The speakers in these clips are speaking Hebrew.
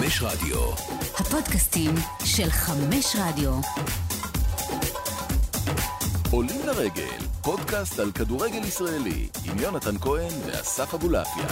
5 רדיו. הפודקאסטים של 5 רדיו. עולים לרגל, פודקאסט על כדורגל ישראלי, עם יונתן כהן ואסף אבולעפיה.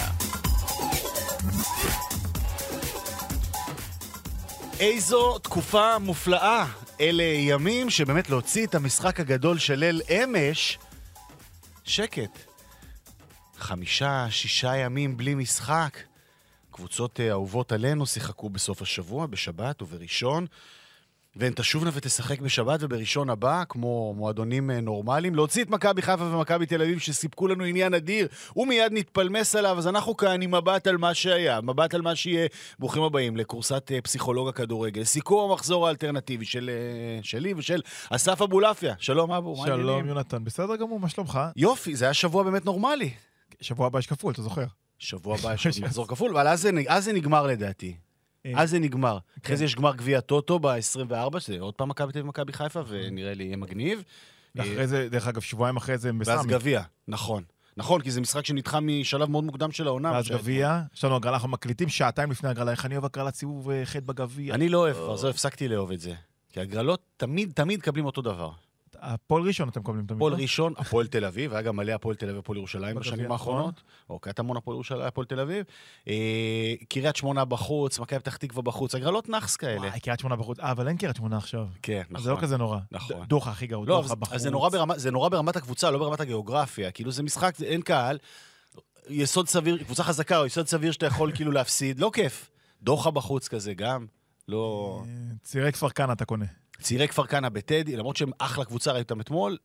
איזו תקופה מופלאה. אלה ימים שבאמת להוציא את המשחק הגדול של ליל אמש, שקט. 5-6 ימים בלי משחק. קבוצות אהובות עלינו שיחקו בסוף השבוע, בשבת ובראשון, והן תשובנה ותשחק בשבת ובראשון הבא, כמו מועדונים נורמליים. להוציא את מכבי חיפה ומכבי תל אביב שסיפקו לנו עניין אדיר, ומיד נתפלמס עליו, אז אנחנו כאן עם מבט על מה שהיה, מבט על מה שיהיה. ברוכים הבאים לקורסת פסיכולוג הכדורגל. סיכום המחזור האלטרנטיבי שלי ושל אסף אבולעפיה. שלום אבו, מה העניינים? שלום יונתן, בסדר גמור, מה שלומך? יופי, זה היה שבוע באמת נורמלי. שבוע הבא יש כפול, אתה זוכר? שבוע הבא יש מחזור כפול, אבל אז זה נגמר לדעתי. אז זה נגמר. אחרי זה יש גמר גביע טוטו ב-24, שזה עוד פעם מכבי תל אביב ומכבי חיפה, ונראה לי יהיה מגניב. אחרי זה, דרך אגב, שבועיים אחרי זה הם בסמי. ואז גביע, נכון. נכון, כי זה משחק שנדחה משלב מאוד מוקדם של העונה. ואז גביע, יש לנו הגרלה, אנחנו מקליטים שעתיים לפני הגרלה, איך אני אוהב הגרלת סיבוב ח' בגביע. אני לא אוהב, אז הפסקתי לאהוב את זה. כי הגרלות תמיד קבלים אותו דבר. הפועל ראשון אתם קובלים תמיד. הפועל ראשון, הפועל תל אביב, היה גם מלא הפועל תל אביב והפועל ירושלים בשנים האחרונות. אוקיי, אתה המון הפועל ירושלים, הפועל תל אביב. קריית שמונה בחוץ, מכבי פתח תקווה בחוץ, הגרלות נחס כאלה. וואי, קריית שמונה בחוץ. אבל אין קריית שמונה עכשיו. כן, נכון. זה לא כזה נורא. נכון. דוחה הכי גרוע, לא, דוחה בחוץ. זה נורא ברמת הקבוצה, לא ברמת הגיאוגרפיה. כאילו זה משחק, אין קהל, יסוד סביר, קבוצה חזקה, או יסוד סביר שאתה יכול כאילו להפסיד, לא כיף. דוחה בחוץ כזה גם, לא... צירי כפר כנא אתה קונה. צעירי כפר כנא בטדי, למרות שהם אחלה קבוצה, ראיתם אותם אתמול,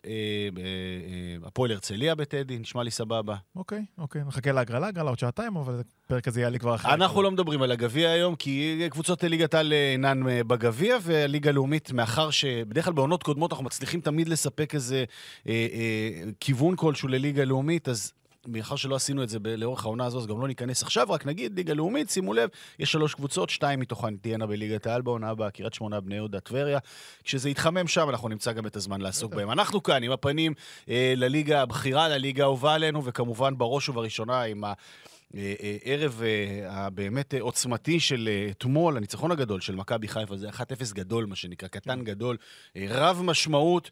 הפועל הרצליה בטדי, נשמע לי סבבה. אוקיי, נחכה להגרלה, הגרלה עוד שעתיים, אבל הפרק הזה יהיה לי כבר אחרי. אנחנו לא מדברים על הגביע היום, כי קבוצות ליגת העל אינן בגביע, והליגה הלאומית, מאחר שבדרך כלל בעונות קודמות אנחנו מצליחים תמיד לספק איזה כיוון כלשהו לליגה הלאומית, אז מאחר שלא עשינו את זה לאורך העונה הזו, אז גם לא ניכנס עכשיו, רק נגיד, ליגה לאומית, שימו לב, יש 3 קבוצות, 2 מתוכן תהיינה בליגת העל בעונה הבאה, קריית שמונה, בני יהודה, טבריה. כשזה יתחמם שם, אנחנו נמצא גם את הזמן לעסוק בהם. אנחנו כאן עם הפנים לליגה הבחירה, לליגה ההובה עלינו, וכמובן בראש ובראשונה עם הערב הבאמת עוצמתי של אתמול, הניצחון הגדול של מכבי חיפה, זה 1-0 גדול, מה שנקרא, קטן גדול, רב משמעות,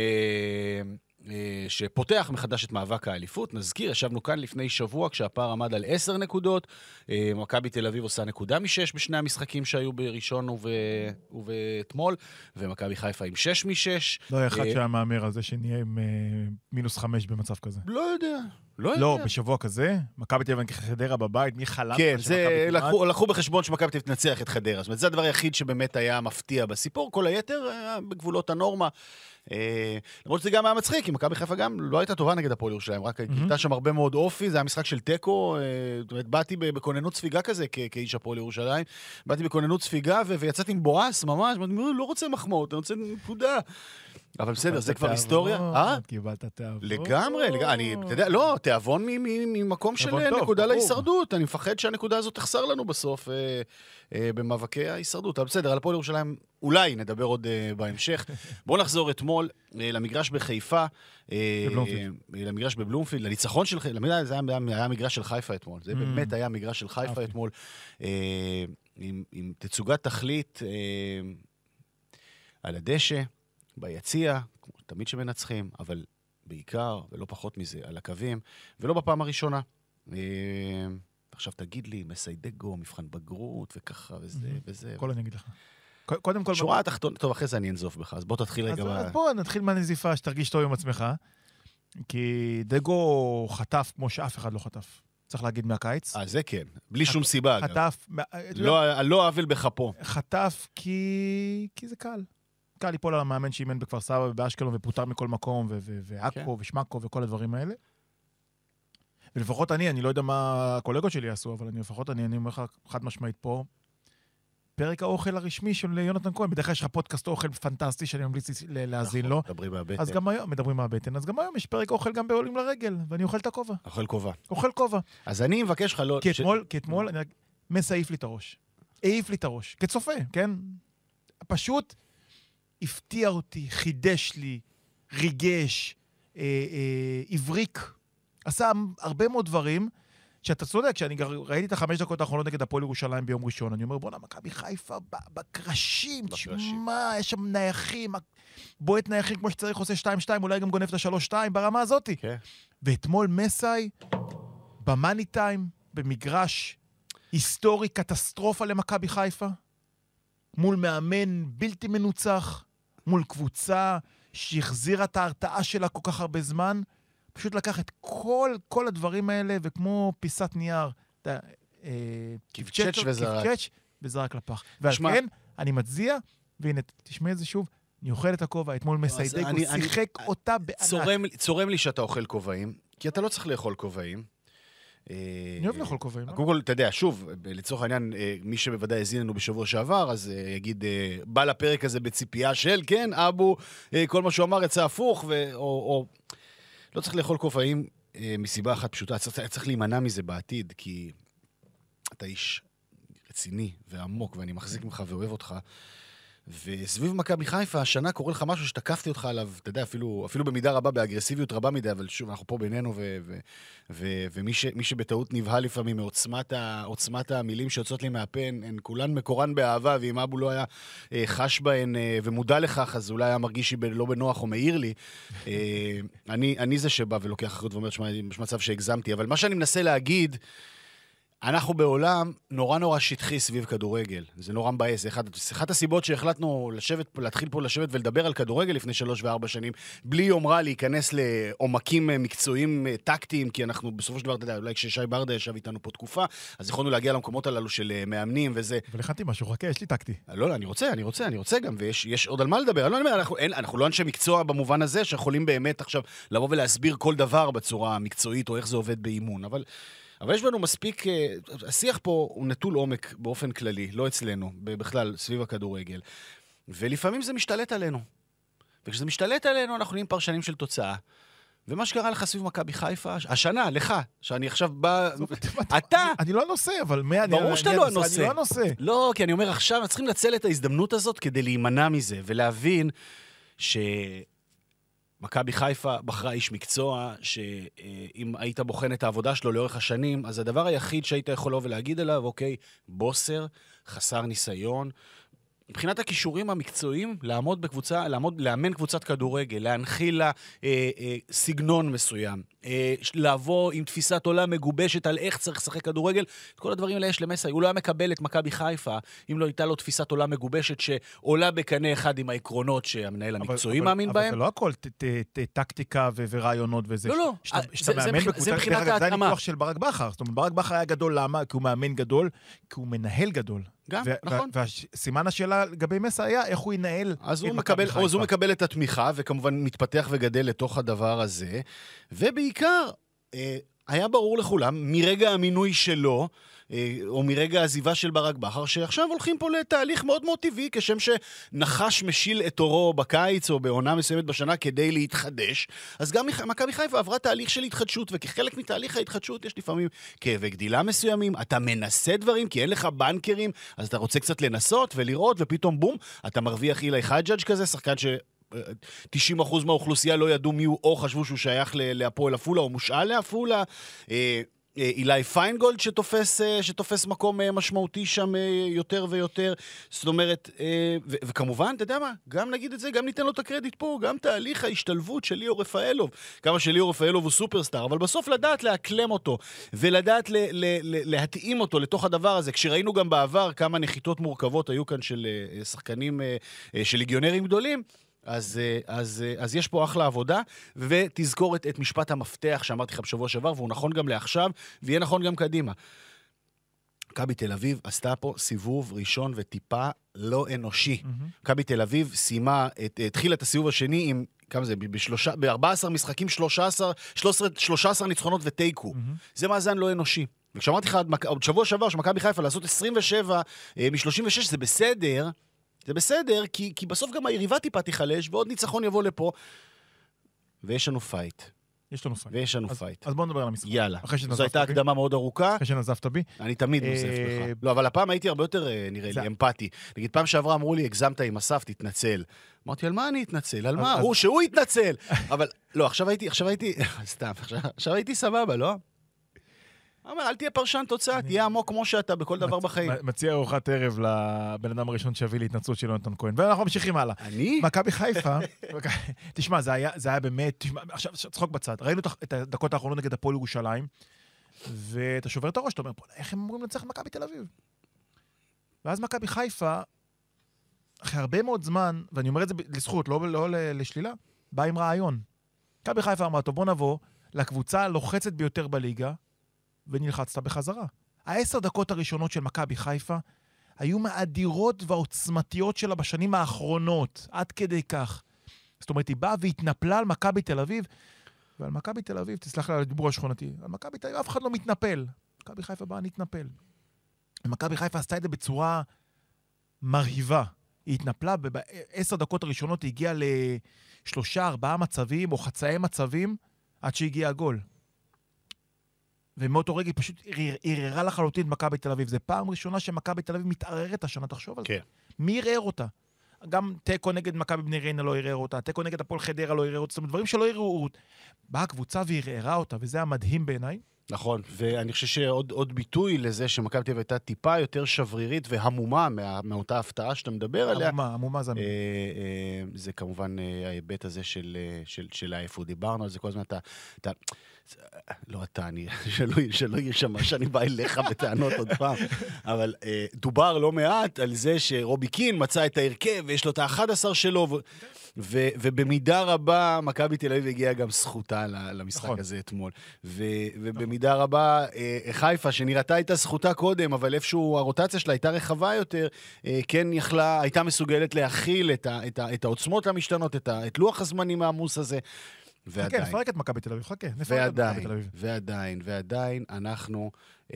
שפותח מחדש את מאבק האליפות. נזכיר, ישבנו כאן לפני שבוע כשהפער עמד על 10 נקודות, מכבי תל אביב עושה נקודה מ-6 בשני המשחקים שהיו בראשון ובאתמול, ומכבי חיפה עם 6 מ-6. לא היה אחד שהיה מאמר על זה שנהיה עם -5 במצב כזה. לא יודע. לא, בשבוע כזה, מכבי תל אביב חדרה בבית, מי חלם? כן, לקחו בחשבון שמכבי תל אביב תנצח את חדרה. זאת אומרת, זה הדבר היחיד שבאמת היה מפתיע בסיפור, כל היתר היה בגבולות הנורמה. למרות שזה גם היה מצחיק, כי מכבי חיפה גם לא הייתה טובה נגד הפועל ירושלים, רק גילתה שם הרבה מאוד אופי, זה היה משחק של טקו, זאת אומרת, באתי בכוננות ספיגה כזה, כאיש הפועל ירושלים, באתי בכוננות ספיגה ויצאתי עם בועס ממש, לא רוצה מחמאות, אני רוצה נקודה. אבל בסדר, זה כבר היסטוריה. קיבלת תיאבון. לגמרי, אתה יודע, לא, תיאבון ממקום של נקודה להישרדות. אני מפחד שהנקודה הזאת תחסר לנו בסוף במאבקי ההישרדות. אבל בסדר, על הפועל ירושלים אולי נדבר עוד בהמשך. בואו נחזור אתמול למגרש בחיפה, למגרש בבלומפילד, לניצחון של חיפה, זה היה מגרש של חיפה אתמול. זה באמת היה מגרש של חיפה אתמול, עם תצוגת תכלית על הדשא, ביציע, תמיד שמנצחים, אבל בעיקר, ולא פחות מזה, על הקווים, ולא בפעם הראשונה. עכשיו תגיד לי, מסיידגו, מבחן בגרות, וככה, וזה. כל אני אגיד לך. קודם כל... שורה התחתונה, טוב, אחרי זה אני אנזוף בך, אז בוא תתחיל רגע. אז בוא נתחיל מהנזיפה, שתרגיש טוב עם עצמך, כי דגו חטף כמו שאף אחד לא חטף. צריך להגיד מהקיץ. זה כן, בלי שום סיבה. חטף... לא עוול בחפו. חטף כי זה קל. קל ליפול על המאמן שאימן בכפר סבא ובאשקלון ופוטר מכל מקום, ועכו ושמקו וכל הדברים האלה. ולפחות אני לא יודע מה הקולגות שלי יעשו, אבל אני אומר לך חד משמעית פה, פרק האוכל הרשמי של יונתן כהן, בדרך כלל יש לך פודקאסט אוכל פנטסטי שאני ממליץ להאזין לו. מדברים מהבטן. אז גם היום, מדברים מהבטן, אז גם היום יש פרק אוכל גם בעולים לרגל, ואני אוכל את הכובע. אוכל כובע. אז אני מבקש לך לא... כי אתמול אני מסעיף לי את הראש. העיף לי את הראש. כצופה, כן? פשוט הפתיע אותי, חידש לי, ריגש, הבריק, עשה הרבה מאוד דברים, שאתה צודק, כשאני ראיתי את 5 דקות האחרונות נגד הפועל ירושלים ביום ראשון, אני אומר, בוא מכבי חיפה בקרשים, תשמע, יש שם נייחים, בועט נייחים כמו שצריך, עושה 2-2, אולי גם גונב את ה-3-2 ברמה הזאת. ואתמול מסאי, במאני טיים, במגרש היסטורי, קטסטרופה למכבי חיפה, מול מאמן בלתי מנוצח, מול קבוצה שהחזירה את ההרתעה שלה כל כך הרבה זמן, פשוט לקח את כל הדברים האלה, וכמו פיסת נייר, קפצ'ץ' וזרק לפח. ועל כן, אני מצדיע, והנה, תשמע את זה שוב, אני אוכל את הכובע, אתמול מסיידק, הוא שיחק אותה בענק. צורם לי שאתה אוכל כובעים, כי אתה לא צריך לאכול כובעים. אני אוהב לאכול כובעים. קודם כל, אתה יודע, שוב, לצורך העניין, מי שבוודאי הזין לנו בשבוע שעבר, אז יגיד, בא לפרק הזה בציפייה של, כן, אבו, כל מה שהוא אמר יצא הפוך, או לא צריך לאכול כובעים מסיבה אחת פשוטה, צריך להימנע מזה בעתיד, כי אתה איש רציני ועמוק, ואני מחזיק ממך ואוהב אותך, וסביב מכבי חיפה, השנה קורה לך משהו שתקפתי אותך עליו, אתה יודע, אפילו במידה רבה, באגרסיביות רבה מדי, אבל שוב, אנחנו פה בינינו, ומי שבטעות נבהל לפעמים מעוצמת המילים שיוצאות לי מהפן, הן כולן מקורן באהבה, ואם אבו לא היה חש בהן ומודע לכך, אז אולי היה מרגיש לא בנוח או מעיר לי. אני זה שבא ולוקח אחריות ואומר, יש מצב שהגזמתי, אבל מה שאני מנסה להגיד, אנחנו בעולם נורא שטחי סביב כדורגל. זה נורא מבאס. אחת הסיבות שהחלטנו להתחיל פה לשבת ולדבר על כדורגל לפני 3 ו4 שנים, בלי יומרה להיכנס לעומקים מקצועיים טקטיים, כי אנחנו בסופו של דבר, אתה יודע, אולי כששי ברדה ישב איתנו פה תקופה, אז יכולנו להגיע למקומות הללו של מאמנים וזה. אבל הכנתי משהו, חכה, יש לי טקטי. לא, אני רוצה גם, ויש עוד על מה לדבר. אנחנו לא אנשי מקצוע במובן הזה, שיכולים באמת עכשיו לבוא ולהסביר כל דבר בצורה מקצועית, או איך זה עובד באימון, אבל יש בנו מספיק, השיח פה הוא נטול עומק באופן כללי, לא אצלנו, בכלל סביב הכדורגל. ולפעמים זה משתלט עלינו. וכשזה משתלט עלינו, אנחנו נהיים פרשנים של תוצאה. ומה שקרה לך סביב מכבי חיפה, השנה, לך, שאני עכשיו בא... אתה... אני לא הנושא, אבל... ברור שאתה לא הנושא. אני לא הנושא. לא, כי אני אומר עכשיו, צריכים לנצל את ההזדמנות הזאת כדי להימנע מזה, ולהבין ש... מכבי חיפה בחרה איש מקצוע, שאם היית בוחן את העבודה שלו לאורך השנים, אז הדבר היחיד שהיית יכול לו ולהגיד עליו, אוקיי, בוסר, חסר ניסיון, מבחינת הכישורים המקצועיים, לאמן קבוצת כדורגל, להנחיל לה סגנון מסוים, לבוא עם תפיסת עולם מגובשת על איך צריך לשחק כדורגל, את כל הדברים האלה יש למסאי. הוא לא היה מקבל את מכבי חיפה, אם לא הייתה לו תפיסת עולם מגובשת שעולה בקנה אחד עם העקרונות שהמנהל המקצועי מאמין בהם. אבל זה לא הכל טקטיקה ורעיונות וזה. לא, זה מבחינת ההתאמה. זה הניתוח של ברק בכר. זאת אומרת, ברק בכר היה גדול, למה? כי הוא מאמן גדול, כי הוא מנהל גדול. גם, נכון. והסימן השאלה לגבי מסאי היה איך הוא ינהל אז הוא מקבל את התמיכה, וכמובן מתפתח וגדל לתוך הדבר הזה, ובעיקר, היה ברור לכולם, מרגע המינוי שלו, או מרגע העזיבה של ברק בכר, שעכשיו הולכים פה לתהליך מאוד מאוד טבעי, כשם שנחש משיל את אורו בקיץ, או בעונה מסוימת בשנה, כדי להתחדש, אז גם מכבי חיפה עברה תהליך של התחדשות, וכחלק מתהליך ההתחדשות יש לפעמים כאבי גדילה מסוימים, אתה מנסה דברים, כי אין לך בנקרים, אז אתה רוצה קצת לנסות ולראות, ופתאום בום, אתה מרוויח אילי חג'אג' כזה, שחקן 90% מהאוכלוסייה לא ידעו מי הוא, או חשבו שהוא שייך להפועל עפולה, או מושאל לעפולה, אילי פיינגולד שתופס מקום משמעותי שם יותר ויותר, זאת אומרת, וכמובן, אתה יודע מה, גם נגיד את זה, גם ניתן לו את הקרדיט פה, גם תהליך ההשתלבות של ליאור רפאלוב, כמה שליאור רפאלוב הוא סופרסטאר, אבל בסוף לדעת להקלם אותו, ולדעת להתאים אותו לתוך הדבר הזה, כשראינו גם בעבר כמה נחיתות מורכבות היו כאן של שחקנים, של ליגיונרים גדולים, אז יש פה אחלה עבודה, ותזכור את משפט המפתח שאמרתי לך בשבוע שעבר, והוא נכון גם לעכשיו, ויהיה נכון גם קדימה. מכבי תל אביב עשתה פה סיבוב ראשון וטיפה לא אנושי. מכבי תל אביב התחילה את הסיבוב השני עם, כמה זה? ב-14 משחקים, 13 ניצחונות וטייקו. זה מאזן לא אנושי. וכשאמרתי לך עוד שבוע שעבר שמכבי חיפה לעשות 27 מ-36, זה בסדר, זה בסדר, כי בסוף גם היריבה טיפה תיחלש, ועוד ניצחון יבוא לפה, ויש לנו פייט. ויש לנו פייט. אז בואו נדבר על המשחק. יאללה. זו הייתה הקדמה מאוד ארוכה. אחרי שנזפת בי. אני תמיד נוזף בך. לא, אבל הפעם הייתי הרבה יותר, נראה לי, אמפתי. נגיד, פעם שעברה אמרו לי, הגזמת עם אסף, תתנצל. אמרתי, על מה אני אתנצל? על מה? שהוא יתנצל! אבל, לא, עכשיו הייתי סבבה, לא? אומר, אל תהיה פרשן תוצאה, תהיה עמוק כמו שאתה בכל דבר בחיים. מציע ארוחת ערב לבן אדם הראשון שהביא להתנצלות של יונתן כהן. ואנחנו ממשיכים הלאה. אני? מכבי חיפה, תשמע, זה היה באמת, עכשיו צחוק בצד, ראינו את הדקות האחרונות נגד הפועל ירושלים, ואתה שובר את הראש, אתה אומר, איך הם אמורים לנצח מכבי תל אביב? ואז מכבי חיפה, אחרי הרבה מאוד זמן, ואני אומר את זה לזכות, לא לשלילה, בא עם רעיון. מכבי חיפה אמרה, טוב, בוא נבוא לקבוצה הלוחצת ביותר בליגה, ונלחצת בחזרה. 10 דקות הראשונות של מכבי חיפה היו מהאדירות והעוצמתיות שלה בשנים האחרונות, עד כדי כך. זאת אומרת, היא באה והתנפלה על מכבי תל אביב, ועל מכבי תל אביב, תסלח לה על הדיבור השכונתי, על מכבי תל אביב אף אחד לא מתנפל. מכבי חיפה באה להתנפל. ומכבי חיפה עשתה את זה בצורה מרהיבה. היא התנפלה, ב10 דקות הראשונות היא הגיעה ל3-4 מצבים, או חצאי מצבים, עד שהגיע הגול. ומאותו רגע היא פשוט ערערה לחלוטין את מכבי תל אביב. זה פעם ראשונה שמכבי תל אביב מתערערת השנה, תחשוב על זה. כן. מי ערער אותה? גם תיקו נגד מכבי בני ריינה לא ערער אותה, תיקו נגד הפועל חדרה לא ערער אותה, זאת אומרת, דברים שלא ערערו. באה הקבוצה וערערה אותה, וזה המדהים בעיניי. נכון, ואני חושב שעוד ביטוי לזה שמכבי תל אביב הייתה טיפה יותר שברירית והמומה מאותה הפתעה שאתה מדבר עליה. המומה זה זה כמובן ההיבט הזה של העייפות. דיברנו על זה כל הזמן, אתה לא אתה, שלא יהיה שם שאני בא אליך בטענות עוד פעם, אבל דובר לא מעט על זה שרובי קין מצא את ההרכב, ויש לו את ה-11 שלו, ובמידה רבה, מכבי תל אביב הגיעה גם זכותה למשחק הזה אתמול. ובמידה רבה, חיפה, שנראתה הייתה זכותה קודם, אבל איפשהו הרוטציה שלה הייתה רחבה יותר, כן הייתה מסוגלת להכיל את העוצמות המשתנות, את לוח הזמנים העמוס הזה. חכה, נפרק את מכבי תל אביב, חכה. ועדיין, אנחנו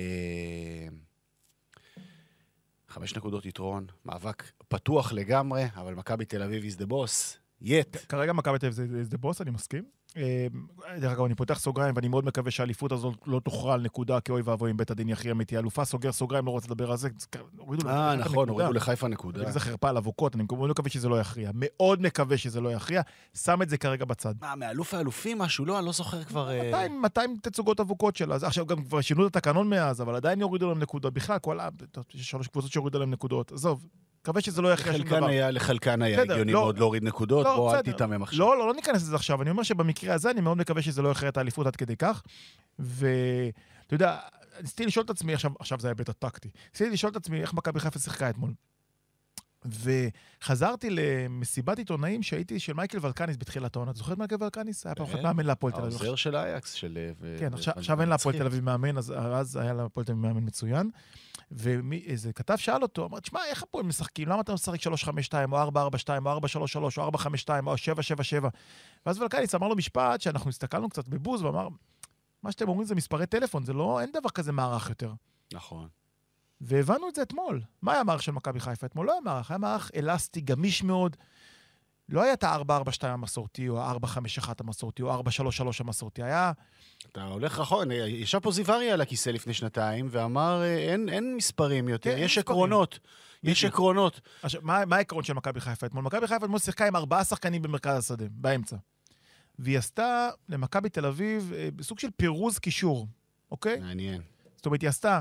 5 נקודות יתרון, מאבק פתוח לגמרי, אבל מכבי תל אביב is the boss, yet. כרגע מכבי תל אביב is the boss, אני מסכים. דרך אגב, אני פותח סוגריים, ואני מאוד מקווה שהאליפות הזאת לא תוכרע על נקודה, כי אוי ואבוי אם בית הדין יכריע מי תהיה אלופה, סוגר סוגריים, לא רוצה לדבר על זה. נכון, הורידו לחיפה נקודה. זה חרפה על אבוקות, אני מאוד מקווה שזה לא יכריע. מאוד מקווה שזה לא יכריע. שם את זה כרגע בצד. מאלוף האלופים משהו? לא, אני לא זוכר כבר... 200 תצוגות אבוקות שלה. עכשיו גם כבר שינו את התקנון מאז, אבל עדיין יורידו להם נקודות. בכלל, יש 3 קבוצות שיורידו להם נקודות. עזוב. מקווה שזה לא יכריע שום דבר. לחלקן היה הגיוני מאוד להוריד נקודות, בוא אל תתאמם עכשיו. לא ניכנס לזה עכשיו. אני אומר שבמקרה הזה אני מאוד מקווה שזה לא יכריע את האליפות עד כדי כך. ואתה יודע, ניסיתי לשאול את עצמי, עכשיו זה ההיבט הטקטי. ניסיתי לשאול את עצמי איך מכבי חיפה שיחקה אתמול. וחזרתי למסיבת עיתונאים שהייתי של מייקל ולקניס בתחילת העונה. אתה זוכר את מייקל ולקניס? היה פעם אחת מאמן להפועל תל אביב. העוזר של אייקס של... כן, עכשיו אין להפועל תל אביב מאמן, אז היה להפועל תל אביב מאמן מצוין. ואיזה כתב שאל אותו, אמר, תשמע, איך הפועל משחקים? למה אתה משחק 3-5-2, או 4-4-2, או 4-3-3, או 4-5-2, או 7-7-7? ואז ולקניס אמר לו משפט שאנחנו הסתכלנו קצת בבוז, ואמר, מה שאתם אומרים זה מספרי טלפון, זה לא, אין דבר כזה מערך יותר. נכון. והבנו את זה אתמול. מה היה המערך של מכבי חיפה אתמול? לא היה מערך, היה מערך אלסטי, גמיש מאוד. לא היה את ה-4-4-2 המסורתי, או ה-4-5-1 המסורתי, או 4-3-3 המסורתי. היה... אתה הולך רחוק, ישב פה זיווארי על הכיסא לפני שנתיים, ואמר, אין מספרים יותר, יש עקרונות. יש עקרונות. עכשיו, מה העקרון של מכבי חיפה אתמול? מכבי חיפה אתמול שיחקה עם 4 שחקנים במרכז השדה, באמצע. והיא עשתה למכבי תל אביב בסוג של פירוז קישור, אוקיי? מעניין. זאת אומרת, היא עשתה...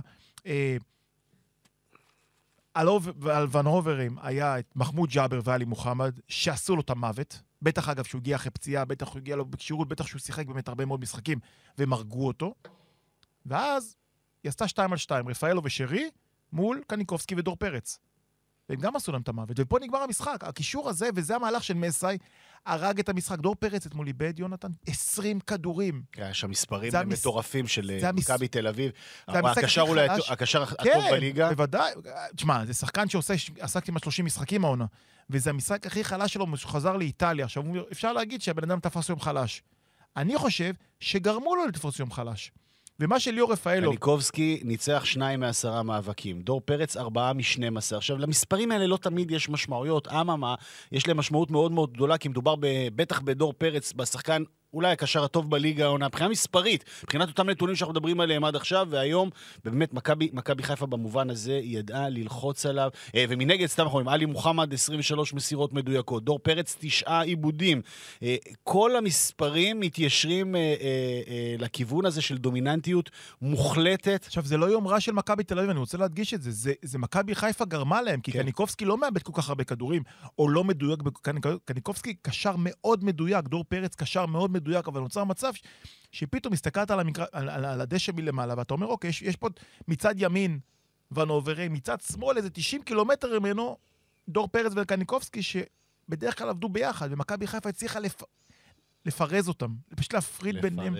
על ונהוברים היה את מחמוד ג'אבר ואלי מוחמד, שעשו לו את המוות. בטח אגב שהוא הגיע אחרי פציעה, בטח הוא הגיע לו בקשירות, בטח שהוא שיחק באמת הרבה מאוד משחקים, והם הרגו אותו. ואז היא עשתה 2-2, רפאלו ושרי, מול קניקובסקי ודור פרץ. והם גם עשו להם את המוות. ופה נגמר המשחק. הקישור הזה, וזה המהלך של מסי, הרג את המשחק. דור פרץ אתמול איבד, יונתן, 20 כדורים. יש שם מספרים מטורפים של מכבי תל אביב. הקשר הטוב בליגה. כן, בוודאי. תשמע, זה שחקן שעסק עם 30 משחקים העונה. וזה המשחק הכי חלש שלו, שהוא חזר לאיטליה. עכשיו, אפשר להגיד שהבן אדם תפס יום חלש. אני חושב שגרמו לו לתפוס יום חלש. ומה של ליאור רפאלו... קניקובסקי ניצח 2 מ10 מאבקים, דור פרץ 4 מ12. עכשיו, למספרים האלה לא תמיד יש משמעויות, אממה, יש להם משמעות מאוד מאוד גדולה, כי מדובר בטח בדור פרץ, בשחקן אולי הקשר הטוב בליגה העונה, מבחינה מספרית, מבחינת אותם נתונים שאנחנו מדברים עליהם עד עכשיו, והיום, באמת, מכבי חיפה במובן הזה ידעה ללחוץ עליו, ומנגד, סתם אנחנו אומרים, עלי מוחמד, 23 מסירות מדויקות, דור פרץ, 9 עיבודים. כל המספרים מתיישרים לכיוון הזה של דומיננטיות מוחלטת. עכשיו, זה לא יום רע של מכבי תל אביב, אני רוצה להדגיש את זה. זה מכבי חיפה גרמה להם, כי קניקובסקי לא מאבד כל כך הרבה כדורים, או לא מדויק, קניקובסקי קשר מאוד מדויק, דור פרץ קשר מאוד מדויק, אבל נוצר מצב שפתאום מסתכלת על הדשא מלמעלה, ואתה אומר, אוקיי, יש פה מצד ימין ונוברי, מצד שמאל, איזה 90 קילומטר ממנו, דור פרץ וקניקובסקי, שבדרך כלל עבדו ביחד, ומכבי חיפה הצליחה לפרז אותם, פשוט להפריד ביניהם.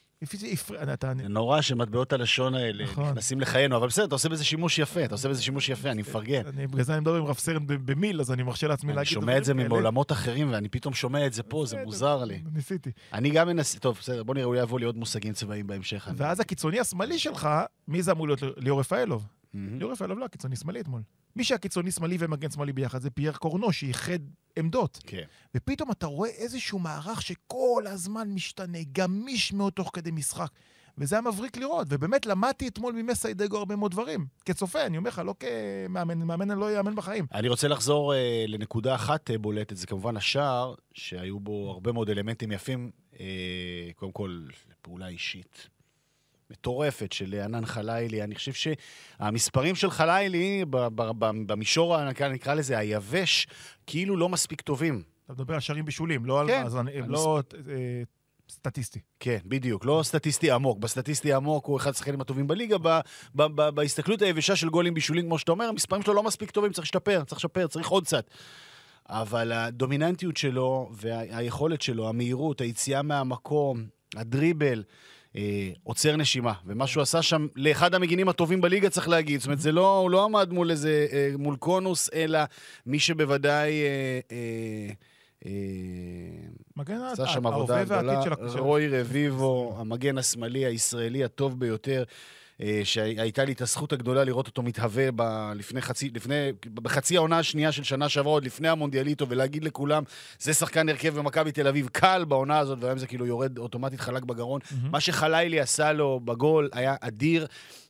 נורא שמטבעות הלשון האלה נכנסים לחיינו, אבל בסדר, אתה עושה בזה שימוש יפה, אני מפרגן. בגלל זה אני מדבר עם רב סרן במיל, אז אני מרשה לעצמי להגיד. אני שומע את זה מעולמות אחרים, ואני פתאום שומע את זה פה, זה מוזר לי. ניסיתי. אני גם מנסה, טוב, בסדר, בוא נראה, אולי יבוא לי עוד מושגים צבאיים בהמשך. ואז הקיצוני השמאלי שלך, מי זה אמור להיות? ליאור רפאלוב. ליאור רפאלוב לא, הקיצוני שמאלי אתמול. מי שהקיצוני שמאלי ומגן שמאלי ביחד, זה פייר קורנו, שייחד עמדות. כן. ופתאום אתה רואה איזשהו מערך שכל הזמן משתנה, גמיש מאוד תוך כדי משחק. וזה היה מבריק לראות, ובאמת למדתי אתמול ממסיידגו הרבה מאוד דברים. כצופה, אני אומר לך, לא כמאמן, מאמן אני לא יאמן בחיים. אני רוצה לחזור לנקודה אחת בולטת, זה כמובן השער, שהיו בו הרבה מאוד אלמנטים יפים, קודם כל, לפעולה אישית. מטורפת של ענן חלילי. אני חושב שהמספרים של חלילי, במישור, נקרא לזה, היבש, כאילו לא מספיק טובים. אתה מדבר על שערים בישולים, לא על... לא סטטיסטי. כן, בדיוק. לא סטטיסטי עמוק. בסטטיסטי עמוק הוא אחד השחקנים הטובים בליגה. בהסתכלות היבשה של גולים בישולים, כמו שאתה אומר, המספרים שלו לא מספיק טובים, צריך לשפר, צריך עוד קצת. אבל הדומיננטיות שלו והיכולת שלו, המהירות, היציאה מהמקום, הדריבל, עוצר נשימה. ומה שהוא עשה שם לאחד המגינים הטובים בליגה, צריך להגיד. זאת אומרת, זה לא, הוא לא עמד מול קונוס, אלא מי שבוודאי... עשה שם עבודה גדולה, רוי רביבו, המגן השמאלי הישראלי הטוב ביותר, שהייתה לי את הזכות הגדולה לראות אותו מתהווה בחצי העונה השנייה של שנה שעברה, עוד לפני המונדיאליטו, ולהגיד לכולם, זה שחקן הרכב במכבי תל אביב, קל בעונה הזאת, והיום זה כאילו יורד אוטומטית חלק בגרון. מה שחלילי עשה לו בגול היה אדיר,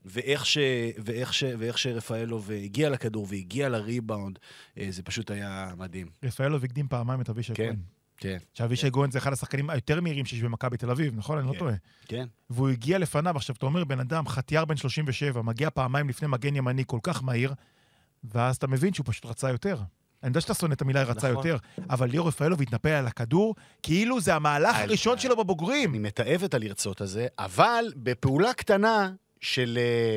ואיך שרפאלוב הגיע לכדור והגיע לריבאונד, זה פשוט היה מדהים. רפאלוב הקדים פעמיים את אבישי כהן. כן. שאבישי כהן זה אחד השחקנים היותר מהירים שיש במכבי תל אביב, נכון? אני לא טועה. כן. והוא הגיע לפניו, עכשיו אתה אומר, בן אדם, חטיאר בן 37, מגיע פעמיים לפני מגן ימני כל כך מהיר, ואז אתה מבין שהוא פשוט רצה יותר. אני יודע שאתה שונא את המילה רצה יותר, אבל ליאור רפאלוב התנפל על הכדור, כאילו זה המהלך הראשון שלו בבוגרים. אני מתאהב את הלרצות הזה, אבל בפעולה קטנה של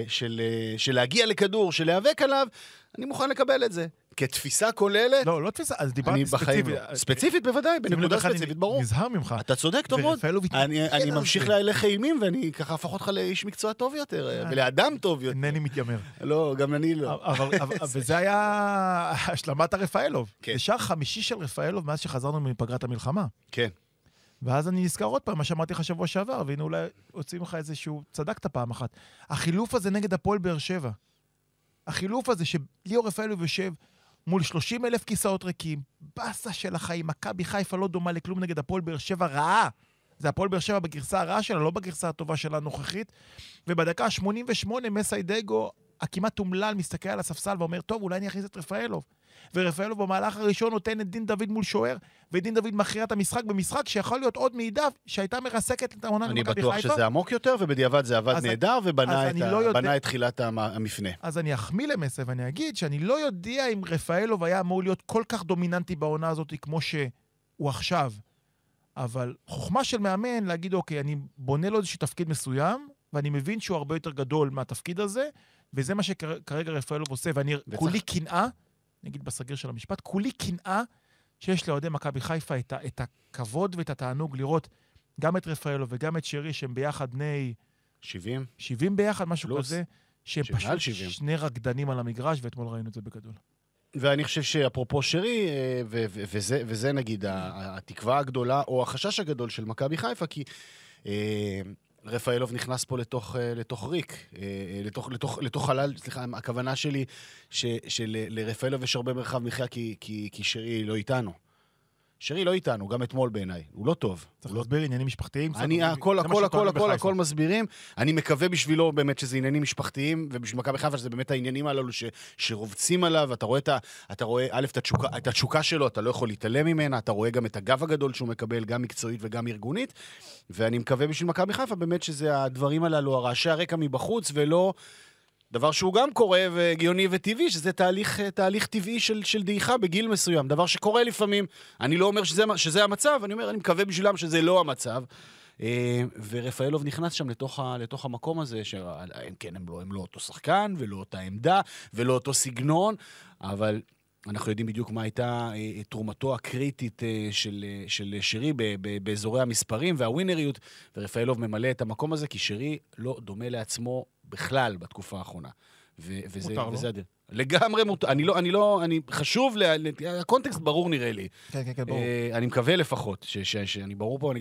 להגיע לכדור, של להיאבק עליו, אני מוכן לקבל את זה. כתפיסה כוללת... לא תפיסה, אז דיברתי ספציפית. ספציפית בוודאי, בנקודה ספציפית, ברור. נזהר ממך. אתה צודק, טוב מאוד. אני ממשיך להלך אימים, ואני ככה הפך אותך לאיש מקצוע טוב יותר, ולאדם טוב יותר. אינני מתיימר. לא, גם אני לא. וזה היה השלמת הרפאלוב. זה שער חמישי של רפאלוב מאז שחזרנו מפגרת המלחמה. כן. ואז אני נזכר עוד פעם, מה שאמרתי לך שבוע שעבר, והנה אולי הוצאים לך איזשהו, צדקת פעם אחת. החילוף הזה נגד הפועל באר שבע. החילוף הזה שליאור רפאלוב יושב מול 30,000 כיסאות ריקים, בסה של החיים, מכבי חיפה לא דומה לכלום נגד הפועל באר שבע רעה. זה הפועל באר שבע בגרסה הרעה שלה, לא בגרסה הטובה שלה הנוכחית. ובדקה 88 מסיידגו, הכמעט אומלל, מסתכל על הספסל ואומר, טוב, אולי אני אכניס את רפאלוב. ורפאלוב במהלך הראשון נותן את דין דוד מול שוער, ודין דוד מכריע את המשחק במשחק שיכול להיות עוד מעידה שהייתה מרסקת את העונה למכבי חיפה. אני בטוח שזה עמוק יותר, ובדיעבד זה עבד נהדר, ובנה את תחילת המפנה. אז אני אחמיא למסה, ואני אגיד שאני לא יודע אם רפאלוב היה אמור להיות כל כך דומיננטי בעונה הזאת כמו שהוא עכשיו. אבל חוכמה של מאמן להגיד, אוקיי, אני בונה לו איזשהו תפקיד מסוים, ואני מבין שהוא הרבה יותר גדול מהתפקיד הזה, וזה מה שכרגע רפאלוב עושה, ואני כולי קנאה, נגיד בסגיר של המשפט, כולי קנאה שיש לאוהדי מכבי חיפה את הכבוד ואת התענוג לראות גם את רפאלוב וגם את שרי, שהם ביחד בני 70 ביחד, משהו פלוס. כזה, שהם פשוט שני רקדנים על המגרש, ואתמול ראינו את זה בגדול. ואני חושב שאפרופו שרי, וזה נגיד התקווה הגדולה, או החשש הגדול של מכבי חיפה, כי רפאלוב נכנס פה לתוך ריק, לתוך חלל, סליחה, הכוונה שלי שלרפאלוב יש הרבה מרחב מחיה, כי שרי לא איתנו. שרי לא איתנו, גם אתמול בעיניי, הוא לא טוב. צריך להסביר עניינים משפחתיים. הכל מסבירים. אני מקווה בשבילו באמת שזה עניינים משפחתיים, ובשביל מכבי חיפה שזה באמת העניינים הללו שרובצים עליו, אתה רואה א', את התשוקה שלו, אתה לא יכול להתעלם ממנה, אתה רואה גם את הגב הגדול שהוא מקבל, גם מקצועית וגם ארגונית, ואני מקווה בשביל מכבי חיפה באמת שזה הדברים הללו, הרעשי הרקע מבחוץ, ולא דבר שהוא גם קורה והגיוני וטבעי, שזה תהליך טבעי של דעיכה בגיל מסוים, דבר שקורה לפעמים. אני לא אומר שזה המצב, אני אומר, אני מקווה בשבילם שזה לא המצב. ורפאלוב נכנס שם לתוך המקום הזה, כן, הם לא אותו שחקן, ולא אותה עמדה, ולא אותו סגנון, אבל אנחנו יודעים בדיוק מה הייתה תרומתו הקריטית של שרי באזורי המספרים והווינריות, ורפאלוב ממלא את המקום הזה, כי שרי לא דומה לעצמו בכלל בתקופה האחרונה. מותר לו. לגמרי מותר. חשוב, הקונטקסט ברור נראה לי. כן, ברור. אני מקווה לפחות, שאני ברור פה,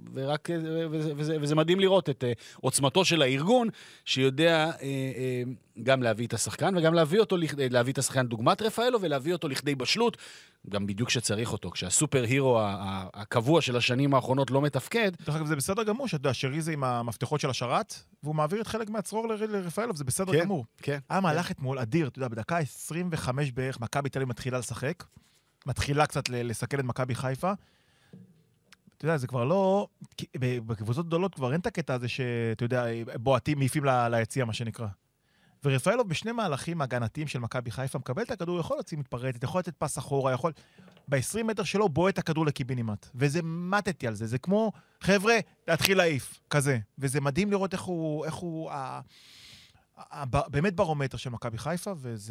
וזה מדהים לראות את עוצמתו של הארגון, שיודע גם להביא את השחקן, וגם להביא את השחקן דוגמת רפאלו, ולהביא אותו לכדי בשלות, גם בדיוק שצריך אותו, כשהסופר הירו הקבוע של השנים האחרונות לא מתפקד. דרך אגב, זה בסדר גמור, שאתה יודע, שרי זה עם המפתחות של השרת, והוא מעביר את חלק מהצרור לרפאלוב, זה בסדר גמור. כן. היה מהלך אתמול אדיר, אתה יודע, בדקה 25 בערך, מכבי תל אביב מתחילה לשחק, מתחילה קצת לסכן את מכבי חיפה. אתה יודע, זה כבר לא, בקבוצות גדולות כבר אין את הקטע הזה שאתה יודע, בועטים, מעיפים ליציאה, מה שנקרא. ורפאלוב בשני מהלכים הגנתיים של מכבי חיפה, מקבל את הכדור, יכול להוציא מתפרטת, יכול לתת פס אחורה, יכול ב-20 מטר שלו בועט את הכדור לקיבינימט. וזה מתתי על זה, זה כמו, חבר'ה, להתחיל להעיף, כזה. וזה מדהים לראות איך הוא באמת ברומטר של מכבי חיפה,